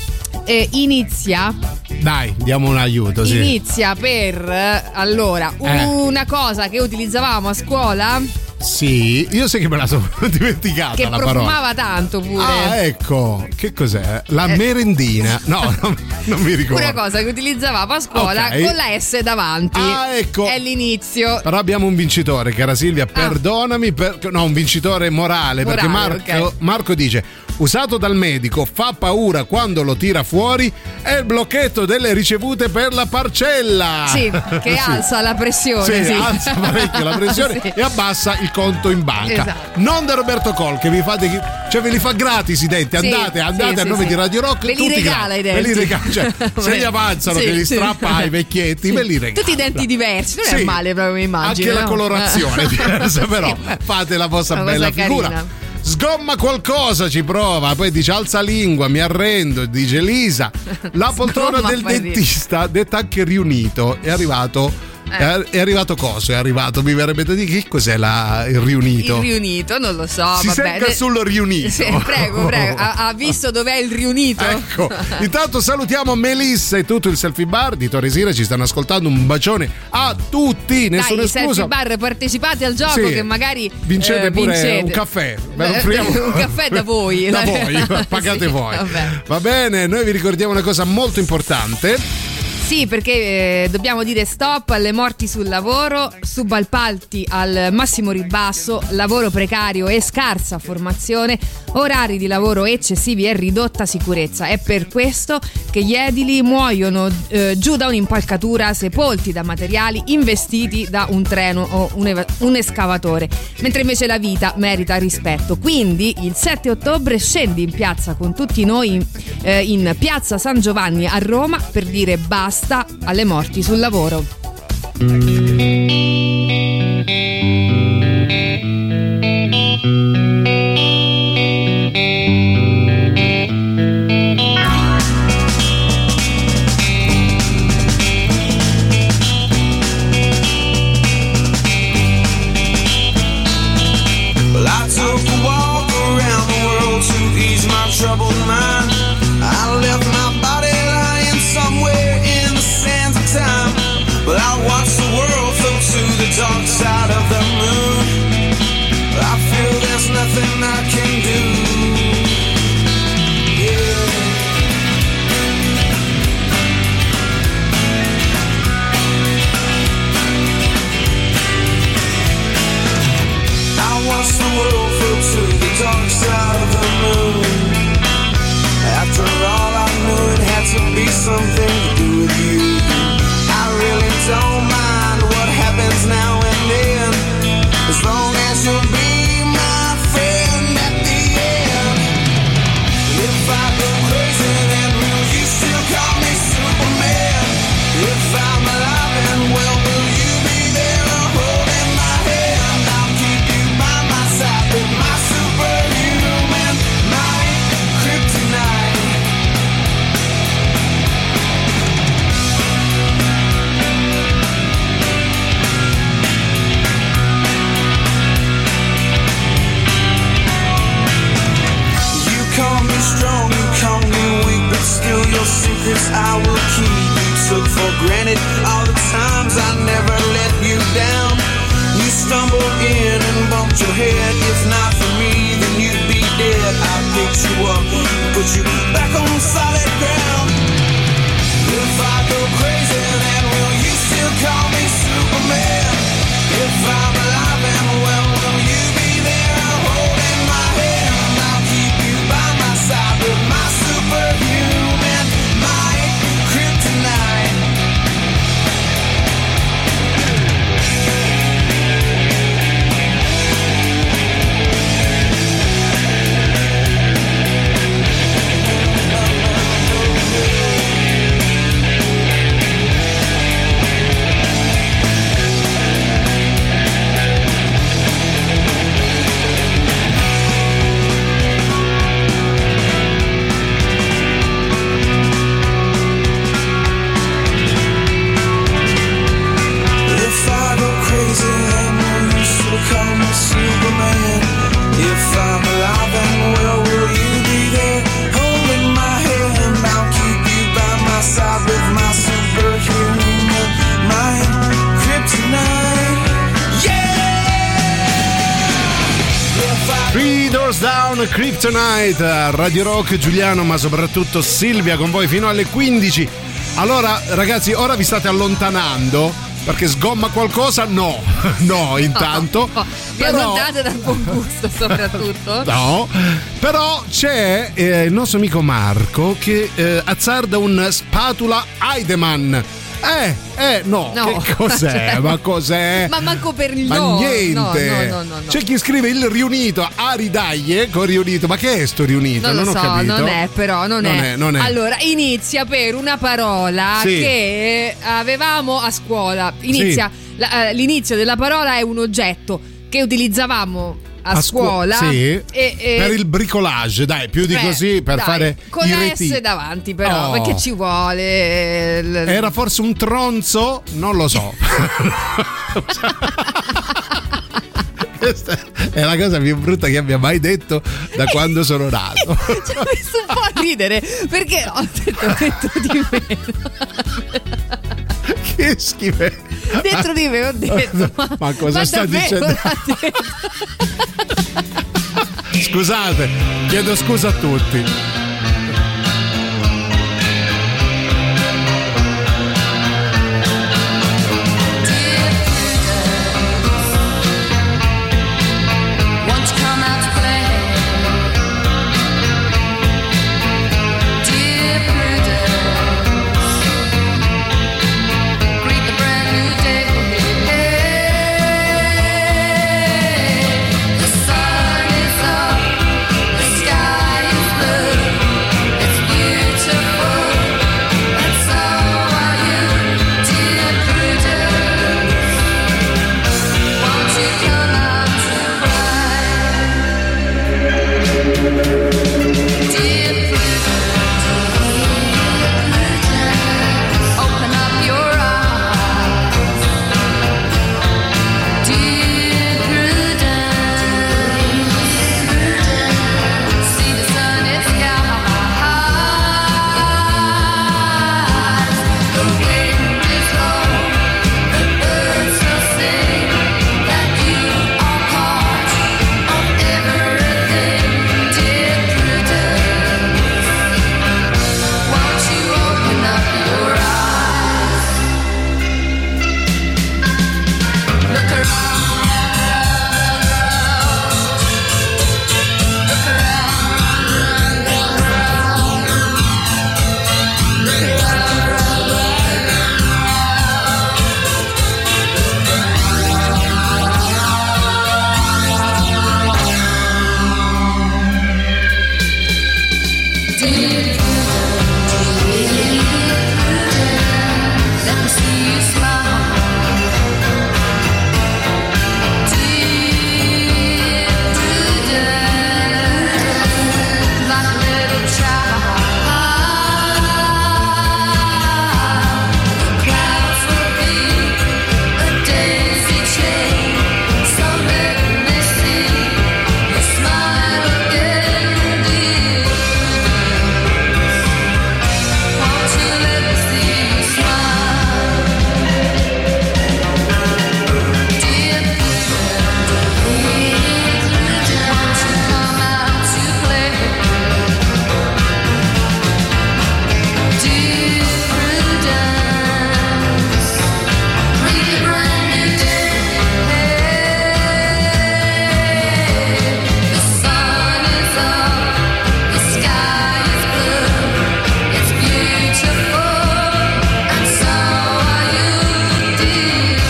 Inizia. Dai, diamo un aiuto, sì. Inizia per allora una cosa che utilizzavamo a scuola. Sì, io sai che me la sono dimenticata che la profumava parola. tanto pure. Ah, ecco, che cos'è? La merendina. No, non mi ricordo. Una cosa che utilizzavamo a scuola Ok. con la S davanti. Ah, ecco. È l'inizio. Però abbiamo un vincitore, cara Silvia, perdonami, no, un vincitore morale, perché Marco dice: usato dal medico, fa paura quando lo tira fuori, è il blocchetto delle ricevute per la parcella. Sì, che alza la pressione. Sì, alza parecchio la pressione Sì. e abbassa il conto in banca. Esatto. Non da Roberto Col, che vi fate, cioè ve li fa gratis i denti. Sì, Andate sì, a nome di Radio Rock. Ve li tutti regala gratis. i denti. Ve li regala, cioè, se li avanzano, Sì, che li sì. strappa ai vecchietti, ve li regala. Tutti i denti diversi, non è Sì. male proprio, mi immagino. Anche la no? colorazione è diversa, però Sì. fate la vostra Una bella cosa figura. carina. Sgomma qualcosa, ci prova, poi dice alza lingua, mi arrendo, dice Lisa. La poltrona Sgomma, del fai dentista, detta anche riunito, è arrivato. È arrivato coso? È arrivato, mi verrebbe da dire, che cos'è il riunito? Il riunito, non lo so. Si vabbè. secca sul riunito. Sì, prego. Ha visto dov'è il riunito? Ecco, intanto salutiamo Melissa e tutto il Selfie Bar di Torresina, ci stanno ascoltando, un bacione a tutti, nessuno Dai, escluso. Selfie Bar, partecipate al gioco, Sì. che magari Vincete pure vincete. un caffè. Ve lo offriamo. Un caffè da voi. Da voi, pagate Sì, voi. vabbè. Va bene, noi vi ricordiamo una cosa molto importante. Sì, perché dobbiamo dire stop alle morti sul lavoro, subappalti al massimo ribasso, lavoro precario e scarsa formazione, orari di lavoro eccessivi e ridotta sicurezza. È per questo che gli edili muoiono giù da un'impalcatura, sepolti da materiali, investiti da un treno o un escavatore, mentre invece la vita merita rispetto. Quindi il 7 ottobre scendi in piazza con tutti noi in piazza San Giovanni a Roma per dire basta alle morti sul lavoro. Well, I took a walk around the world to ease my troubled mind. I left my body lying somewhere in the sands of time. But I watched the world float to the dark side of the moon. I feel there's nothing I can do. Yeah. I watched the world float to the dark side of the moon. After all, I knew it had to be something to do with you. I really don't mind what happens now and then, as long as you'll be my friend at the end. If I go crazy, then will you still call me Superman? If I'm alive and well, will you be there holding my hand? I'll keep you by my side with my superhuman might, kryptonite. You call me strong, you call me weak, but still your secrets I will keep. You took for granted all the times I never let you down. You stumbled in and bumped your head. If not for me, then you'd be dead. I picked you up, put you back on solid ground. If I go crazy, then will you still call me Superman? If I'm alive and well, will you be there holding my hand? con Kryptonite, Radio Rock, Giuliano ma soprattutto Silvia con voi fino alle 15. Allora ragazzi, ora vi state allontanando perché sgomma qualcosa? No, intanto. No. Vi allontanate dal buon gusto soprattutto. No, però c'è il nostro amico Marco che azzarda un spatula Heidemann. No, che cos'è? Cioè, ma cos'è? Ma manco per il ma no. niente. No. C'è chi scrive il riunito, Aridaglie con riunito. Ma che è sto riunito? Non ho lo so, capito. non è però, non è. Allora, inizia per una parola Sì. che avevamo a scuola. L'inizio della parola è un oggetto che utilizzavamo a scuola. Sì. E per il bricolage, dai, più di così, per dai, fare con i S retini. davanti però, Oh. perché ci vuole. Era forse un tronzo? Non lo so. Questa è la cosa più brutta che abbia mai detto da quando sono nato. Ci ho messo un po' a ridere perché ho detto dentro di me. Che schifo. Dentro di me ho detto. Ma cosa sta davvero dicendo? l'ha detto? Scusate, chiedo scusa a tutti. Won't you come out to play? Dear Prudence, greet the brand new day. The sun is up, the sky is blue. It's beautiful, and so are you, dear Prudence. Won't you come out to cry? Dear Prudence, open up your eyes. Dear Prudence, see the sun is skies. The wind is low, the birds will sing that you are part of everything. Dear Prudence, won't you open up your eyes? Look around, look around, look let me see you smile. Dear Prudence, like a little child. The clouds will be a daisy chain, so let me see you smile again, dear. Won't you let me see you smile? Dear Prudence, won't you come out to play? Dear Prudence, greet the brand new day. The sun is up, the sky is blue. It's beautiful, and so are you, dear.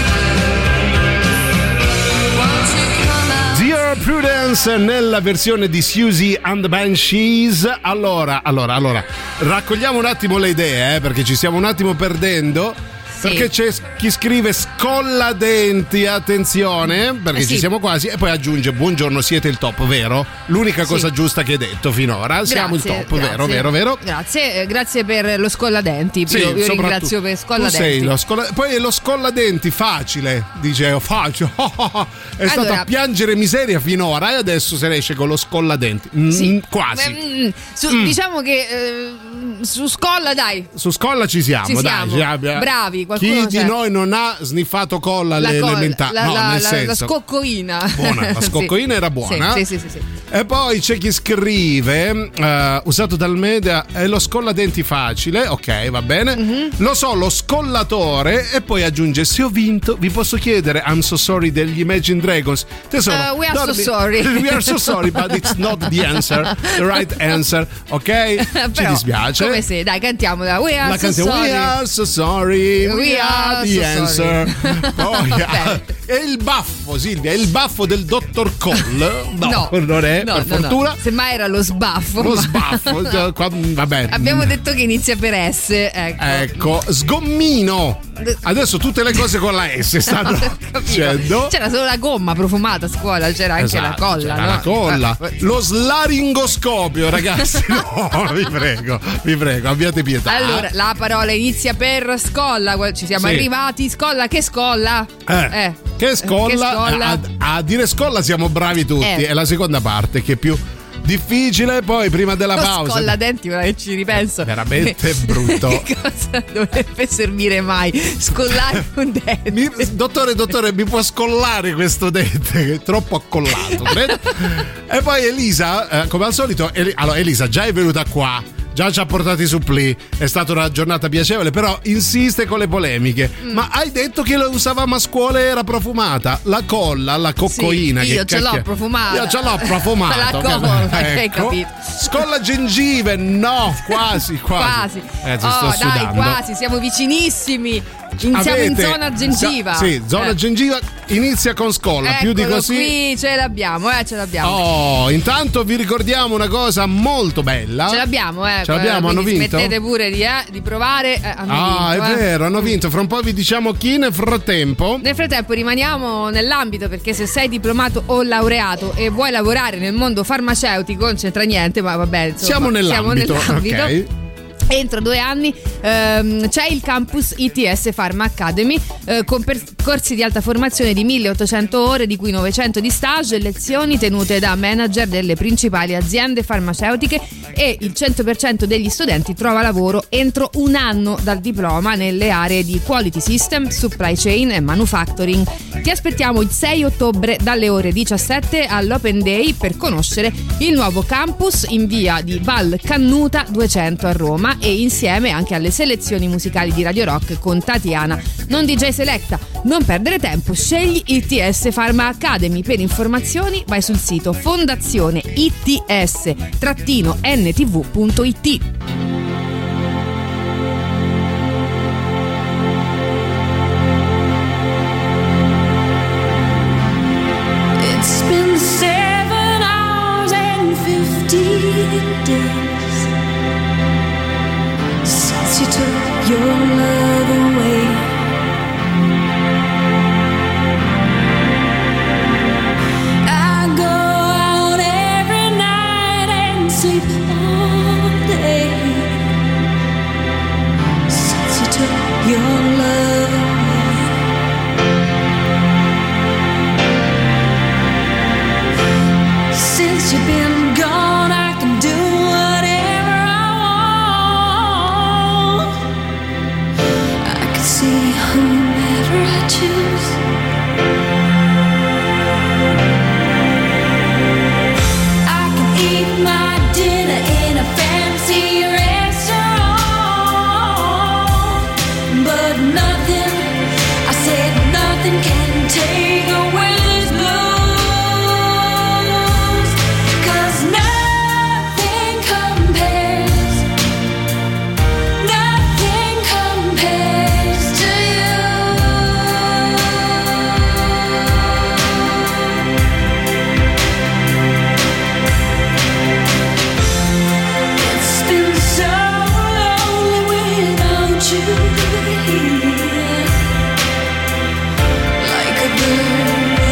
Won't you come out? Dear Prudence nella versione di Susie and the Banshees. Allora, raccogliamo un attimo le idee, perché ci stiamo un attimo perdendo. Perché c'è chi scrive scolladenti, attenzione, perché ci siamo quasi, e poi aggiunge buongiorno, siete il top, vero? L'unica cosa giusta che hai detto finora, siamo il top, grazie. vero? Grazie per lo scolladenti. Sì, io soprattutto. ringrazio per scolladenti. Tu sei poi è lo scolladenti facile, dice facile. È stato a piangere miseria finora e adesso se ne esce con lo scolladenti. Quasi. Diciamo che su scolla, dai. Su scolla ci siamo, dai. Bravi, qualcuno Chi di noi non ha sniffato colla alle elementari? No, nel senso. La scoccoina. Buona, la scoccoina era buona. Sì. E poi c'è chi scrive usato dal media è lo scolladenti facile, ok, va bene. Lo so, lo scollatore, e poi aggiunge: se ho vinto vi posso chiedere I'm so sorry degli Imagine Dragons. Tesoro, we are so sorry. We are so sorry, but it's not the answer, the right answer, ok? Ci dispiace. Come se, dai, cantiamola. We are la so canzone sorry. We are so sorry, we are the so answer. Poi è il baffo, Silvia, è il baffo del dottor Cole. No, non è, per fortuna. Semmai era lo sbaffo. Lo sbaffo, vabbè. Abbiamo detto che inizia per S. Ecco, sgommino. Adesso tutte le cose con la S stanno dicendo. C'era solo la gomma profumata a scuola, c'era anche la colla. C'era no? la colla. Lo slaringoscopio, ragazzi. No, vi prego, abbiate pietà. Allora, la parola inizia per scolla. Ci siamo arrivati. Scolla, che scolla? Che scolla? A dire scolla siamo bravi tutti. È la seconda parte che è più difficile. Poi prima della pausa, scolla denti, ora che ci ripenso, veramente brutto. Che cosa dovrebbe servire mai? Scollare un dente? Dottore, mi può scollare questo dente che è troppo accollato, credo. E poi Elisa, come al solito, allora Elisa già è venuta qua, già ci ha portato i supplì, è stata una giornata piacevole, però insiste con le polemiche. Ma hai detto che lo usavamo a scuola e era profumata? La colla, la coccoina. Sì, io ce l'ho profumata. Io ce l'ho profumata. La colla, hai ecco. capito? Scolla gengive, no, quasi. Quasi. Sto sudando. Dai, quasi, siamo vicinissimi. Siamo in zona gengiva. Sì, zona gengiva inizia con scolla. Eccolo, più di così. Qui ce l'abbiamo. Oh, intanto vi ricordiamo una cosa molto bella. Ce l'abbiamo, hanno vinto. Smettete pure di provare. Hanno vinto, è vero, hanno vinto. Fra un po' vi diciamo chi. Nel frattempo rimaniamo nell'ambito, perché se sei diplomato o laureato e vuoi lavorare nel mondo farmaceutico non c'entra niente, ma vabbè, insomma, siamo nell'ambito. Ok. Entro 2 anni c'è il campus ITS Pharma Academy con percorsi di alta formazione di 1800 ore, di cui 900 di stage e lezioni tenute da manager delle principali aziende farmaceutiche, e il 100% degli studenti trova lavoro entro 1 anno dal diploma nelle aree di quality system, supply chain e manufacturing. Ti aspettiamo il 6 ottobre dalle ore 17 all'Open Day per conoscere il nuovo campus in via di Val Cannuta 200 a Roma, e insieme anche alle selezioni musicali di Radio Rock con Tatiana, non DJ Selecta. Non perdere tempo, scegli ITS Pharma Academy. Per informazioni vai sul sito fondazione-its-ntv.it. It's been 7 hours and 15 days since you took your love away. I go out every night and sleep all day since you took your love away. Since you've been gone, I can do whatever I want. I can see whomever I choose. I can eat my dinner in a fancy restaurant, but nothing, I said nothing can take away this blues, 'cause nothing compares to you. It's been so lonely without you here, like a bird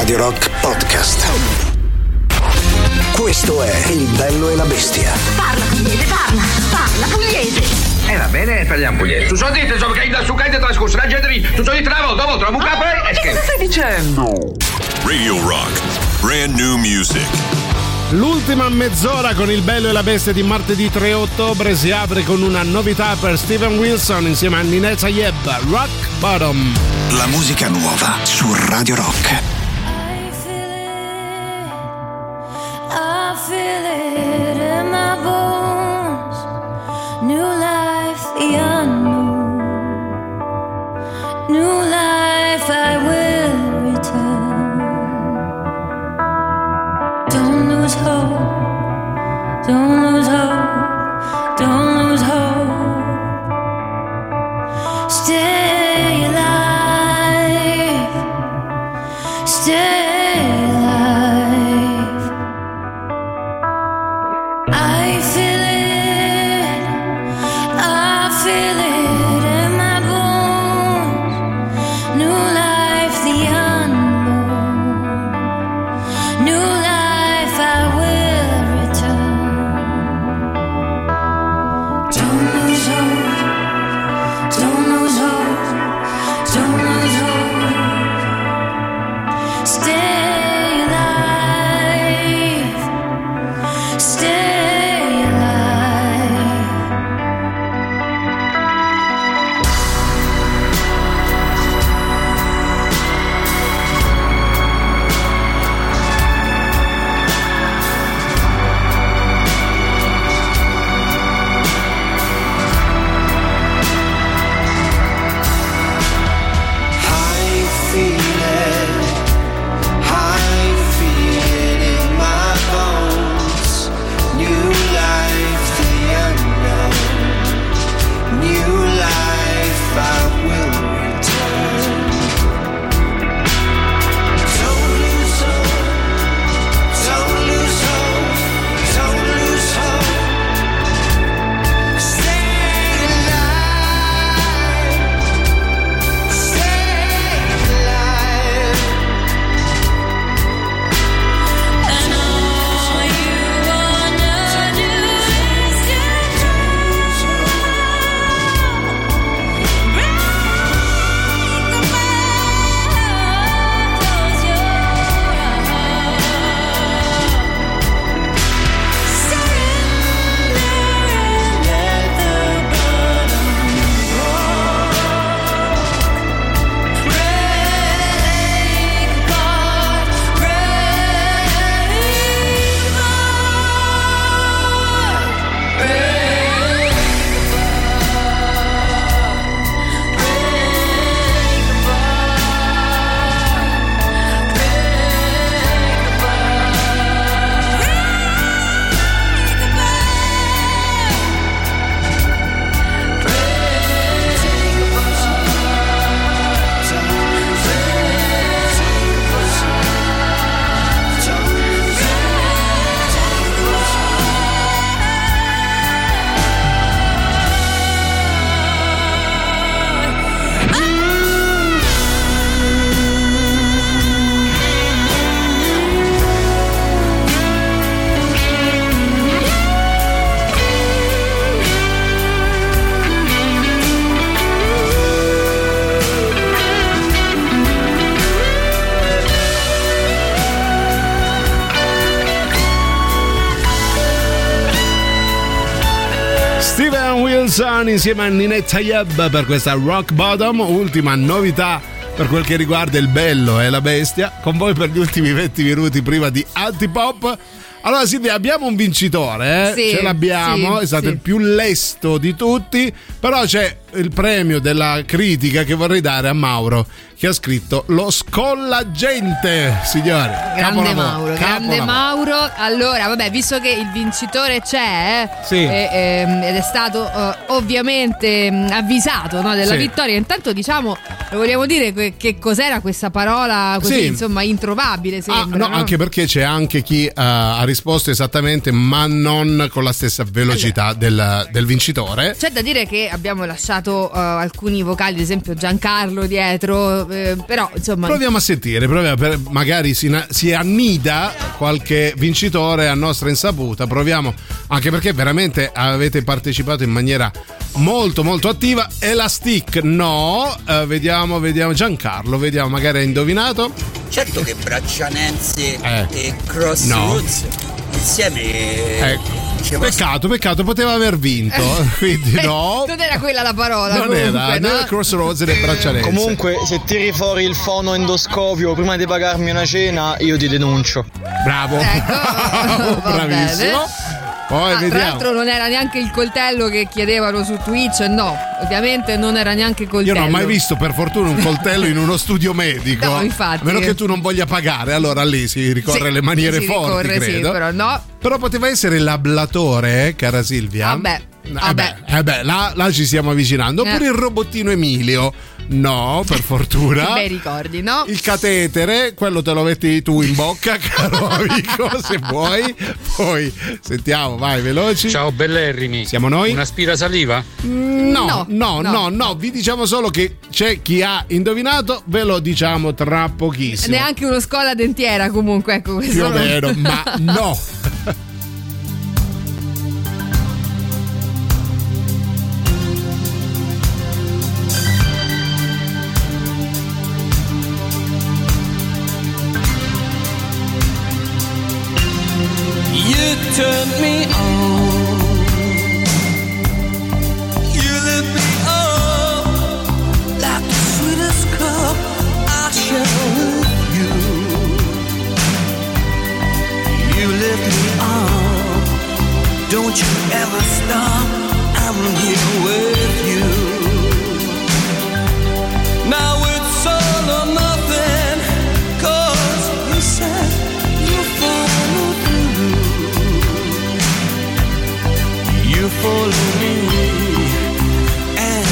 Radio Rock Podcast. Questo è Il bello e la bestia. Parla pugliese, parla pugliese. Va bene, parliamo pugliese. Tu so dite, insomma, che da su cade trascorso la gente lì. Tu so dite la volta, trovo un capo e che cosa stai dicendo? Radio Rock, brand new music. L'ultima mezz'ora con Il bello e la bestia di martedì 3 ottobre si apre con una novità per Steven Wilson insieme a Ninette Tayeb, Rock Bottom. La musica nuova su Radio Rock. I feel it in my bones. New life, the unknown. New life, I will return. Don't lose hope. Don't lose hope. Don't lose hope. Stay alive. Stay alive. I feel it. I feel it in my bones. New life, the unknown. New life, I will return. Don't lose hope. Don't lose hope. Don't lose hope. Stay alive. Stay alive. I feel it in my bones. New life, the unknown. New life, I will return. Don't lose hope. Don't lose hope. Don't lose hope. Stay alive. Stay alive. And all you wanna do is to break the bell, close your eyes, surrender and let the bottom rock. Break apart, Steven Wilson insieme a Ninette Tayeb per questa Rock Bottom, ultima novità per quel che riguarda Il bello e la bestia, con voi per gli ultimi 20 minuti prima di Antipop. Allora Silvia, abbiamo un vincitore, Sì, ce l'abbiamo, sì, è stato sì. il più lesto di tutti, però c'è il premio della critica che vorrei dare a Mauro, che ha scritto Lo scollagente, signori. Grande Capolavoro, Mauro, grande capolavoro. Mauro. Allora, vabbè, visto che il vincitore c'è Sì. ed è stato ovviamente avvisato, no, della Sì. vittoria, intanto diciamo, lo vogliamo dire che cos'era questa parola così, Sì. insomma, introvabile, sembra, No, anche perché c'è anche chi ha risposto esattamente, ma non con la stessa velocità del vincitore. C'è da dire che abbiamo lasciato usato alcuni vocali, ad esempio Giancarlo dietro, però insomma proviamo a sentire, magari si annida qualche vincitore a nostra insaputa. Proviamo, anche perché veramente avete partecipato in maniera molto molto attiva. Elastic no, vediamo Giancarlo, vediamo, magari ha indovinato. Certo che Braccianense e Crossroads insieme Peccato, poteva aver vinto, quindi no. Non era quella la parola. Non era, né Crossroads né Braccianense. Comunque, se tiri fuori il fono endoscopio prima di pagarmi una cena, io ti denuncio. Bravo. Ecco. Bravissimo. Poi vediamo. Tra l'altro non era neanche il coltello che chiedevano su Twitch, no, ovviamente non era neanche il coltello. Io non ho mai visto per fortuna un coltello in uno studio medico. No, infatti. A meno che tu non voglia pagare, allora lì si ricorre alle maniere forti, credo. Sì, però no. Però poteva essere l'ablatore, cara Silvia. Vabbè. Là ci stiamo avvicinando. Oppure il robottino Emilio. No, per fortuna. Bei ricordi, no? Il catetere, quello te lo metti tu in bocca, caro amico, se vuoi. Poi sentiamo, vai, veloci. Ciao bellerrimi. Siamo noi? Un aspirasaliva? No, vi diciamo solo che c'è chi ha indovinato, ve lo diciamo tra pochissimo. Neanche uno scola dentiera, comunque, ecco questo. Più o meno, ma no. Turn me on. You lift me up like the sweetest cup I share with you. You lift me up. Don't you ever stop. I'm here with you. Now it's all or nothing, 'cause you said you'll follow through. You follow me, and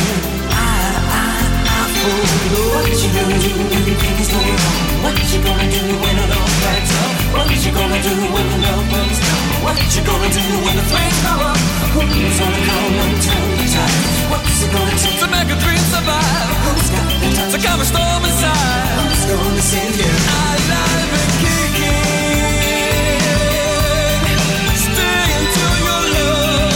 I follow. What you gonna do when things go wrong? What you gonna do when the love backs up? What you gonna do when the love runs down? What you gonna do when the flames go up? Who's gonna come and turn the tide? What's it gonna take to make a dream survive? Who's got the time to calm a storm inside? Who's gonna save you? Alive and kicking. Stay until your love.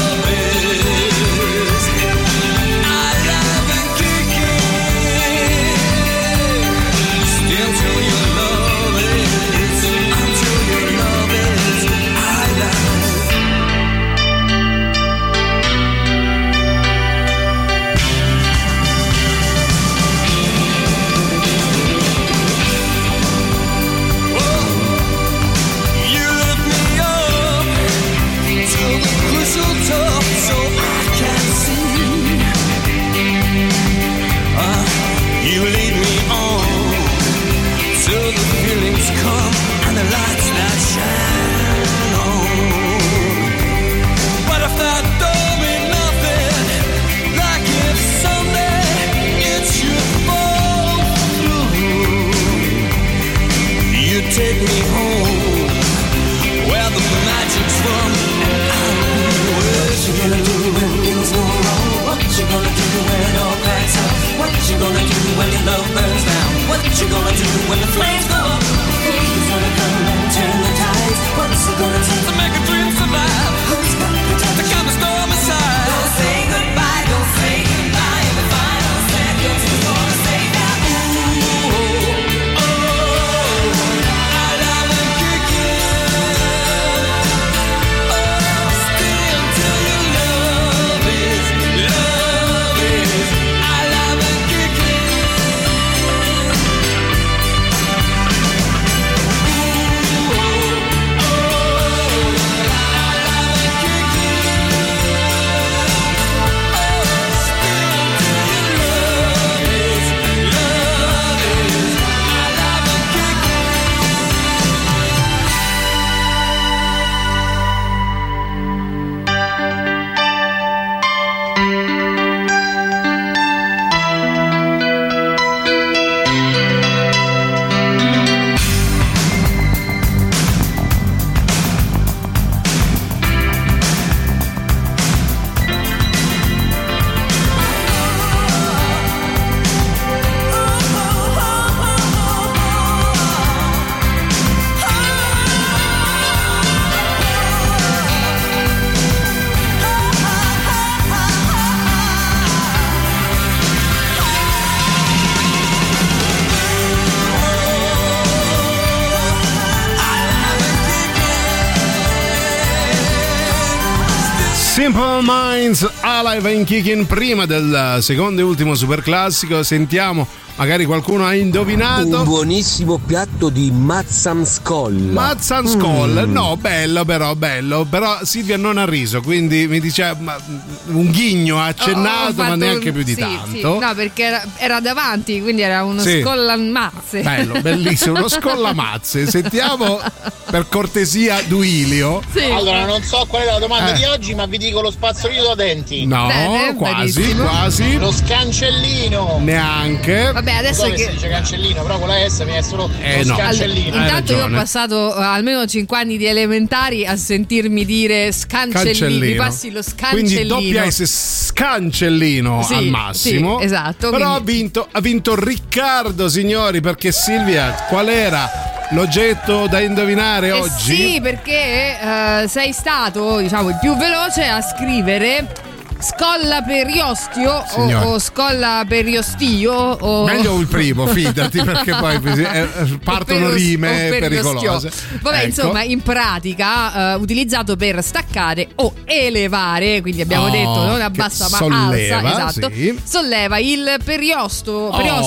Simple Minds, Alive and Kicking, prima del secondo e ultimo super classico. Sentiamo, magari qualcuno ha indovinato. Un buonissimo piatto di Mazzan Skoll. Mazzan Skoll, no, bello. Però Silvia non ha riso, quindi mi dice un ghigno, ha accennato, ma neanche più di tanto. Sì. No, perché era davanti, quindi era uno scollamazze. Bello, bellissimo, uno scollamazze. Sentiamo per cortesia Duilio. Sì. Allora, non so qual è la domanda di oggi, ma vi dico lo spazzolino da denti. No, bene, quasi. Lo scancellino. Neanche. Vabbè, adesso che si dice cancellino, però con la S mi è solo lo scancellino. Allora, intanto io ho passato almeno 5 anni di elementari a sentirmi dire scancellino. Mi passi lo scancellino. Quindi doppia S, scancellino al massimo. Sì, esatto. Però quindi ha vinto Riccardo, signori, perché Silvia, qual era l'oggetto da indovinare oggi? Sì, perché sei stato, diciamo, il più veloce a scrivere scolla periostio o scolla periostio o... Meglio il primo, fidati, perché poi partono rime pericolose. Vabbè, insomma, in pratica utilizzato per staccare o elevare, quindi abbiamo detto non abbassa ma solleva, alza, esatto. Sì. Solleva il periostio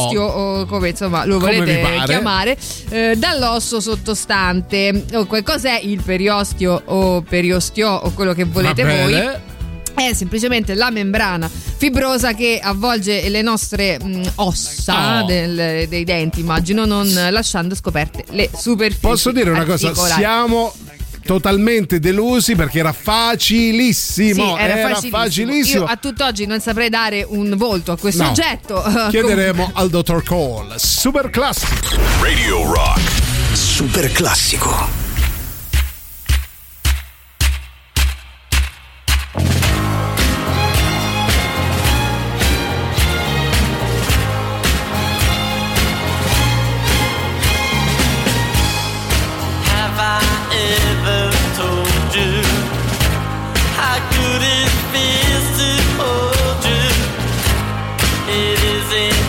o come insomma lo volete chiamare, dall'osso sottostante. Cos'è il periostio o periostio o quello che volete voi? È semplicemente la membrana fibrosa che avvolge le nostre ossa dei denti, immagino, non lasciando scoperte le superfici. Posso dire una cosa? Siamo totalmente delusi perché era facilissimo. Sì, era facilissimo. Io a tutt'oggi non saprei dare un volto a questo oggetto. Chiederemo al dottor Cole. Super classico. Radio Rock. Super classico.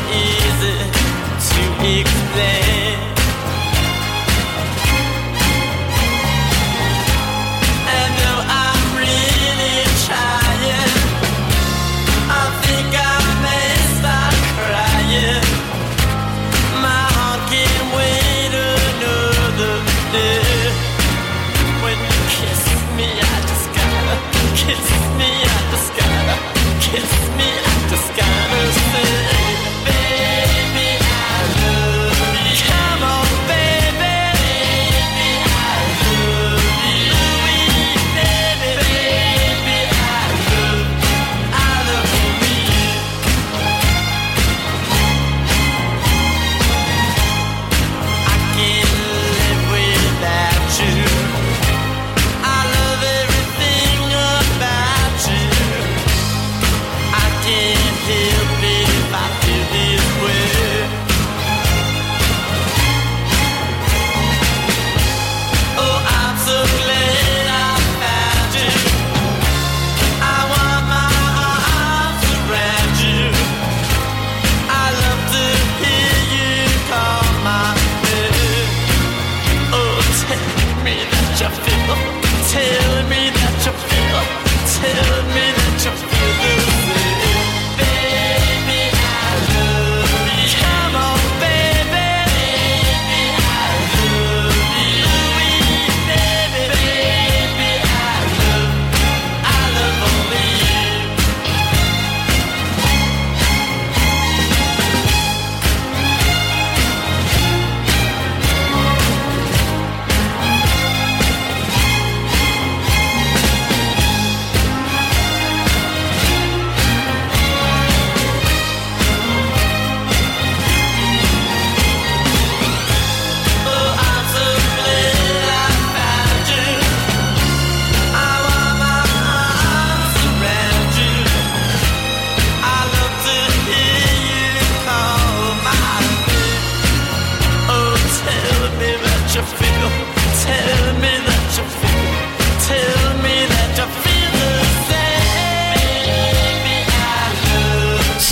Explain.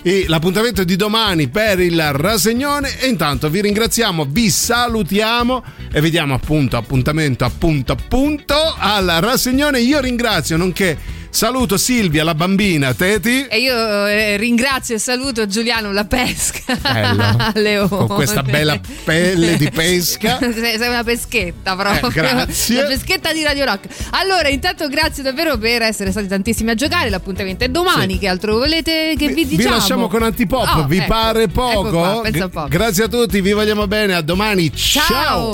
l'appuntamento di domani per il rasegnone. E intanto vi ringraziamo, vi salutiamo e vediamo appuntamento al rasegnone. Io ringrazio, nonché saluto Silvia la bambina Teti, e io ringrazio e saluto Giuliano la pesca. Leone, con questa bella pelle di pesca. Sei una peschetta proprio. Grazie. La peschetta di Radio Rock. Allora, intanto grazie davvero per essere stati tantissimi a giocare. L'appuntamento è domani. Sì. Che altro volete che vi diciamo? Vi lasciamo con Antipop. Vi pare poco? Ecco qua, pensa poco. Grazie a tutti, vi vogliamo bene, a domani. Ciao.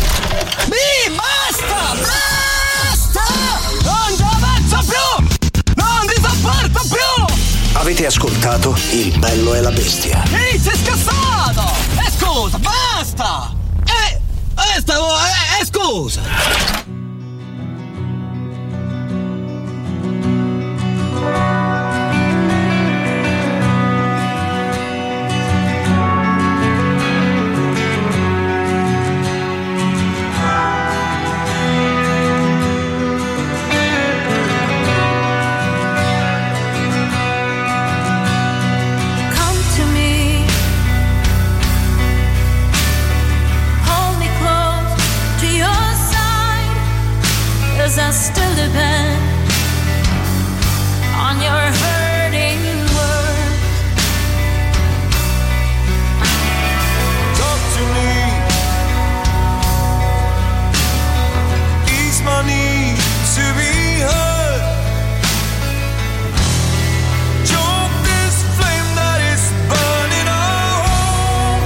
Basta! Non ci avanzo più! Non ti sopporto più! Avete ascoltato Il Bello e la Bestia? Ehi, sei scassato! Scusa, basta! Scusa! I still depend on your hurting words. Talk to me, ease my need to be heard. Choke this flame that is burning our home.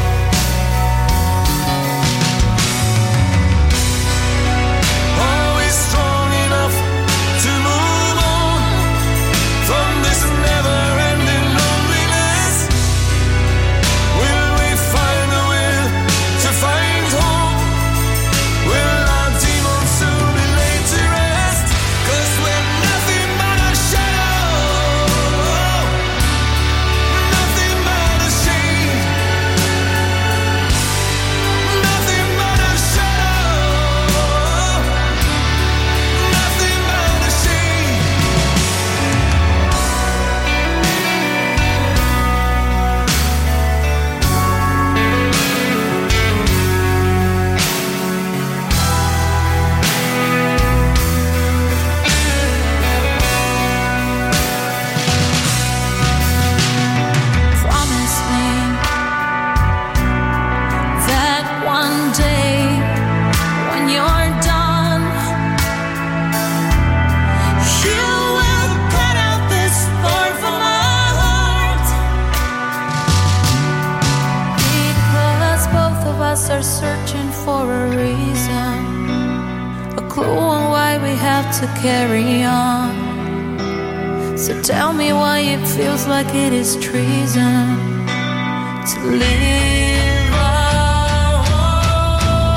Always strong enough to move on from this never-ending loneliness. Will we find the will to find hope? Will our demons soon be laid to rest? 'Cause we're nothing but a shadow, nothing but a shade, nothing but a shadow, nothing but a shade. Promise me that one day when you're done, you will cut out this thorn from my heart. Because both of us are searching for a reason, a clue on why we have to carry on. So tell me why it feels like it is treason to live alone.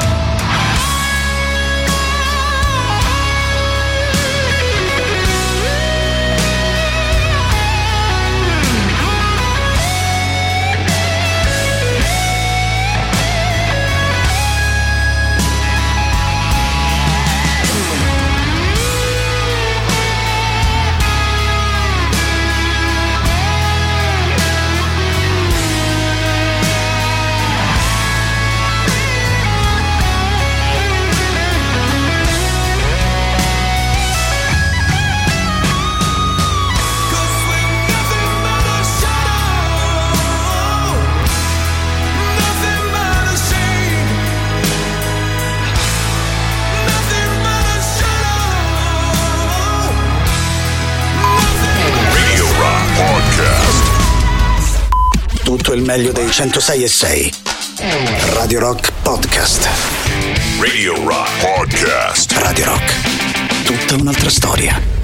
Radio Rock Podcast. Tutto il meglio dei 106.6. Radio Rock Podcast. Radio Rock Podcast. Radio Rock. Tutta un'altra storia.